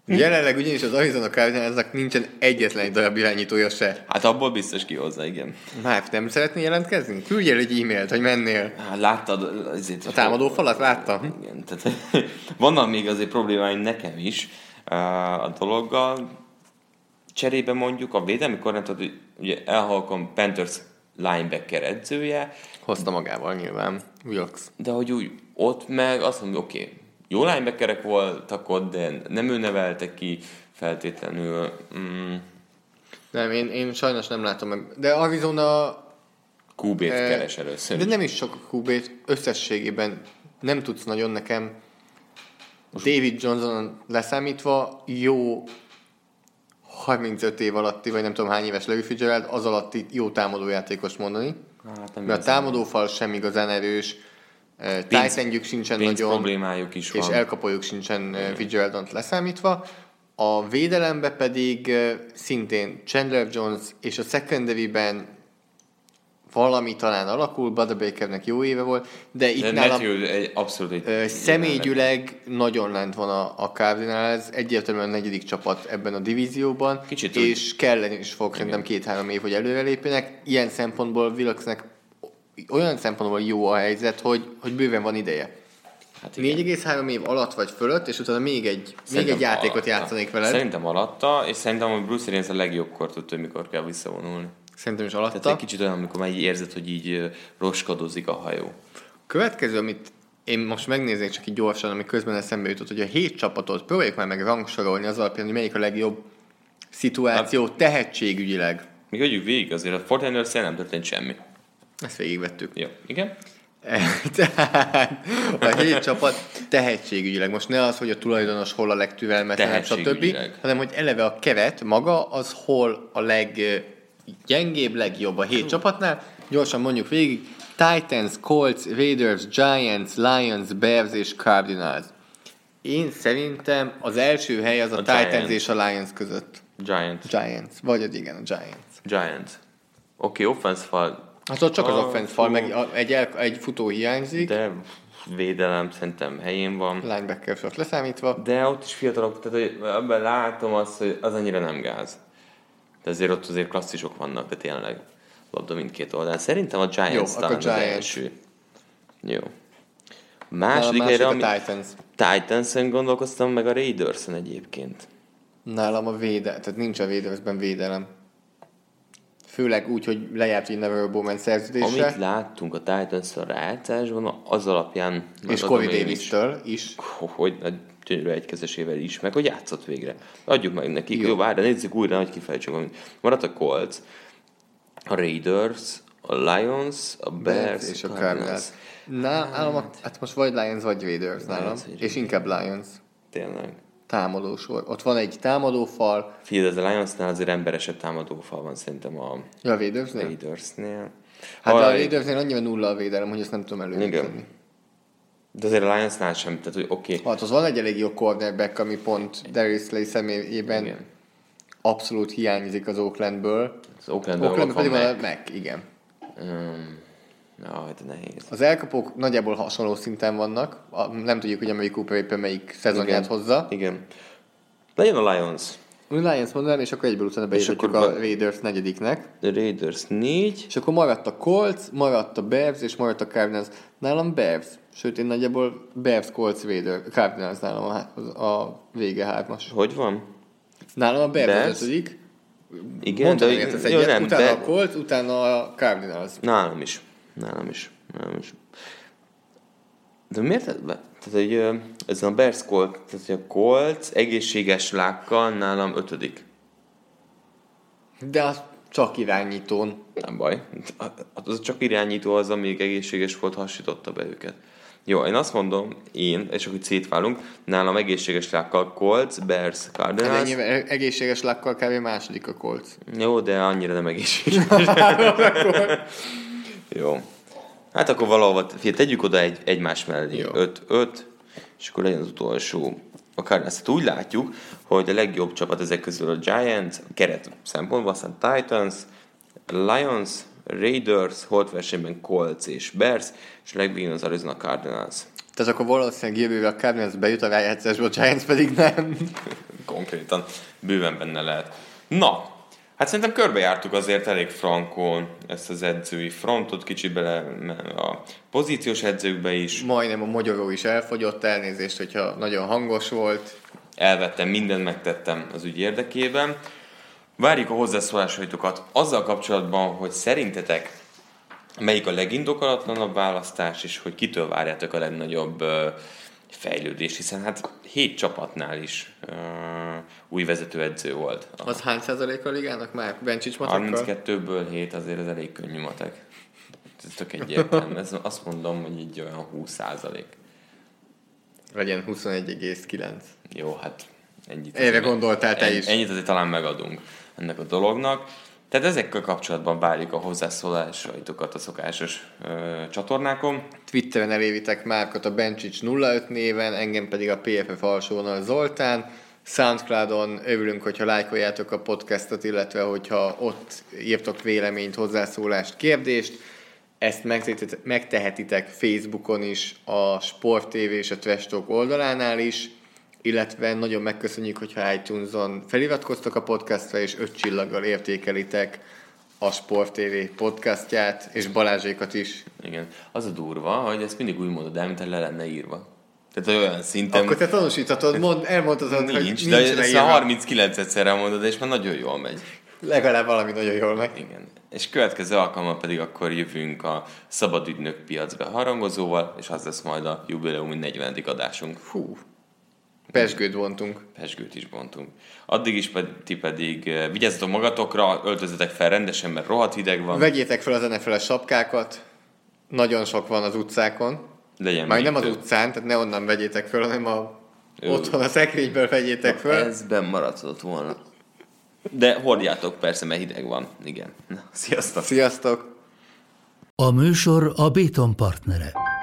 Jelenleg ugyanis az Arizona Cardinalsnak nincsen egyetlen egy darab irányítója se. Hát abból biztos kihozza, igen. Hát nem szeretnél jelentkezni? Küldjél egy e-mailt, hogy mennél. Hát láttad azért... A támadó falat láttam? Igen, tehát vannak még azért problémáim nekem is a dologgal. Cserébe mondjuk a védelmi koordinátor, ugye elhalkom Panthers linebacker edzője. Hozta magával nyilván, Wilkes. De hogy úgy ott meg azt mondom, oké, okay, jó linebackerek voltak ott, de nem ő nevelte ki feltétlenül. Mm. Nem, én, én sajnos nem látom meg. De Arizona... kú bét eh, keres először. De nem is sok kú bét, összességében nem tudsz nagyon nekem. David Johnson leszámítva jó harmincöt év alatti, vagy nem tudom hány éves Larry Fitzgerald, az alatti jó támadójátékos mondani. Hát, mert a támadófal sem igazán erős, Titanjük sincsen nagyon, problémájuk is és van. elkapójuk sincsen Fitzgeraldot leszámítva. A védelembe pedig szintén Chandler Jones és a secondary-ben valami talán alakul, Buda Bakernek jó éve volt, de itt de nálam egy, abszolút egy személygyűleg nagyon lent van a, a Cardinals, egyértelműen a negyedik csapat ebben a divízióban, kicsit és úgy kellene is fog igen. szerintem két-három év, hogy előrelépjenek. Ilyen szempontból Wilkesnek olyan szempontból jó a helyzet, hogy, hogy bőven van ideje. Hát négy egész három év alatt vagy fölött, és utána még egy, még egy játékot alatta. Játszanék veled. Szerintem alatta, és szerintem, hogy Bruce Arians a legjobbkor tudta, hogy mikor kell visszavonulni. Szerintem is alatta. Tehát egy kicsit olyan, amikor már így érzed, hogy így roskadozik a hajó. Következő, amit én most megnéznék csak így gyorsan, ami közben eszembe jutott, hogy a hét csapatot próbáljuk már meg rangsorolni az alapján, hogy melyik a legjobb szituáció hát, tehetségügyileg. Még adjuk végig, azért a Fortiners-szel nem történt semmi. Ezt végigvettük. Jó, igen. Tehát a hét csapat tehetségügyileg. Most ne az, hogy a tulajdonos hol a legtüvelmetlenebb, stb., hanem hogy eleve a keret maga az hol a leggyengébb, legjobb a hét csapatnál. Gyorsan mondjuk végig. Titans, Colts, Raiders, Giants, Lions, Bears és Cardinals. Én szerintem az első hely az a, a Titans Giants. És a Lions között. Giants. Giants. Vagy az igen, a Giants. Giants. Oké, okay, offense fal. Hát ott csak az ah, offense fal, meg egy, el, egy futó hiányzik. De védelem szerintem helyén van. Linebacker sok leszámítva. De ott is fiatalok, tehát hogy ebben látom azt, hogy az annyira nem gáz. De azért ott azért klasszisok vannak, de tényleg labda mindkét oldalán. Szerintem a Giants jó, talán az Giants. első. Jó. Második helyre, ami... Titans. Titansen gondolkoztam, meg a Raidersen egyébként. Nálam a védelem, tehát nincs a Raidersben védelem. Főleg úgy, hogy lejárt így Navarro Bowman szerződésre. Amit láttunk a Titans-a rájátszásban, az alapján... És Corey Davis-től is. is. Hogy a gyönyörű egykezesével is, meg hogy játszott végre. Adjuk meg nekik. Jó, Jó várj, nézzük újra, hogy kifejtsük. Maradt a Colts, a Raiders, a Lions, a Bears, és a Cardinals. Nálam, hát most vagy Lions, vagy Raiders nálam. És inkább Lions. Tényleg. Támadósor. Ott van egy támadófal. Figyelj, ez a Lionsnál azért emberesebb támadófal van szerintem a ja, a Raidersnél? Raidersnél. Hát a, a Raidersnél annyira nulla a védelem, hogy ezt nem tudom előzni. De azért a Lionsnál sem, tehát hogy oké. Okay. Hát az van egy elég jó cornerback, ami pont Darius Slay személyében igen. abszolút hiányzik az Oaklandből. Az Oaklandből Oaklandből pedig van a Mac, igen. Um, Jaj, de nehéz. Az elkapók nagyjából hasonló szinten vannak. A, nem tudjuk, hogy a melyik Cooper éppen melyik szezonját igen. hozza. Igen. Legyen a Lions. A Lions mondanám, és akkor egyből utána beírhatjuk a Raiders negyediknek. A Raiders négy. És akkor maradt a Colts, maradt a Bears, és maradt a Cardinals. Nálam Bears. Sőt, én nagyjából Bears, Colts, Raiders, Cardinals nálam a, a vége hármas. Hogy van? Nálam a Bears, Bears? az ötödik. Igen, mondtam, de... Egyet, jó, nem, utána de... a Colts, utána a Cardinals. Nálam is. Nálam is. Nálam is. De miért? Tehát, hogy ez a Bears Colts, tehát a Colts egészséges lákkal nálam ötödik. De az csak irányítón. Nem baj. Az csak irányító az, amíg egészséges volt, hasította be őket. Jó, én azt mondom, én, és akkor szétválunk, nálam egészséges lákkal Colts, Bears, Cardinals. Hát ennyi, egészséges lákkal kb. Második a Colts. Jó, de annyira nem egészséges. Jó. Hát akkor valahol, figyelj, tegyük oda egy, egymás mellé. öt öt, és akkor legyen az utolsó. A Cardinals-t úgy látjuk, hogy a legjobb csapat ezek közül a Giants, a keret szempontból, aztán Titans, Lions, Raiders, holt versenyben Colts és Bears, és a legvégén az Arizona Cardinals. Tehát akkor valószínűleg jövőre a Cardinals bejut a rájátszásba, a Giants pedig nem. konkrétan bőven benne lehet. Na, hát szerintem körbejártuk azért elég frankon ezt az edzői frontot, kicsit bele a pozíciós edzőkbe is. Majdnem a mogyoró is elfogyott, elnézést, hogyha nagyon hangos volt. Elvettem, mindent megtettem az ügy érdekében. Várjuk a hozzászólásaitokat azzal kapcsolatban, hogy szerintetek melyik a legindokolatlanabb választás, és hogy kitől várjátok a legnagyobb uh, fejlődést, hiszen hát hét csapatnál is uh, új vezetőedző volt. Az hány százalék a ligának már? Bencsics matekkal? harminckettőből hét azért ez elég könnyű matek. Ez tök egyértelmű. Ez azt mondom, hogy így olyan húsz százalék. Legyen huszonegy egész kilenc. Jó, hát ennyit. Erre gondoltál te is. Ennyit azért talán megadunk ennek a dolognak. Tehát ezekkel kapcsolatban várjuk a hozzászólásaitokat a szokásos ö, csatornákon. Twitteren elévitek Márkot a Bencsics nulla öt néven, engem pedig a pé ef ef alsóvonal Zoltán. Soundcloudon örülünk, hogyha lájkoljátok a podcastot, illetve hogyha ott írtok véleményt, hozzászólást, kérdést. Ezt megtehetitek Facebookon is, a Sport té vé és a Trash Talk oldalánál is, illetve nagyon megköszönjük, hogyha iTunes-on feliratkoztok a podcastra, és öt csillaggal értékelitek a Sport té vé podcastját, és Balázsékat is. Igen. Az a durva, hogy ezt mindig úgy mondod el, mint le lenne írva. Tehát olyan szinten... Akkor te tanúsíthatod, mond, elmondhatod, nincs, hogy nincs de leírva. ezt a harminckilenc egyszerre mondod, és már nagyon jól megy. Legalább valami nagyon jól megy. Igen. És következő alkalommal pedig akkor jövünk a Szabadügynök piacba harangozóval, és az lesz majd a jubileumi negyvenedik adásunk. Hú, pezsgőt bontunk. Pezsgőt is bontunk. Addig is ped- ti pedig vigyázzatok magatokra, öltözzetek fel rendesen, mert rohadt hideg van. Vegyétek fel az en ef el-es sapkákat. Nagyon sok van az utcákon. Legyen Már nem több. az utcán, tehát ne onnan vegyétek föl, hanem a otthon a szekrényből vegyétek föl. Ez benn maradhatott volna. De hordjátok persze, mert hideg van. Igen. Na, sziasztok! Sziasztok! A műsor a Béton partnere.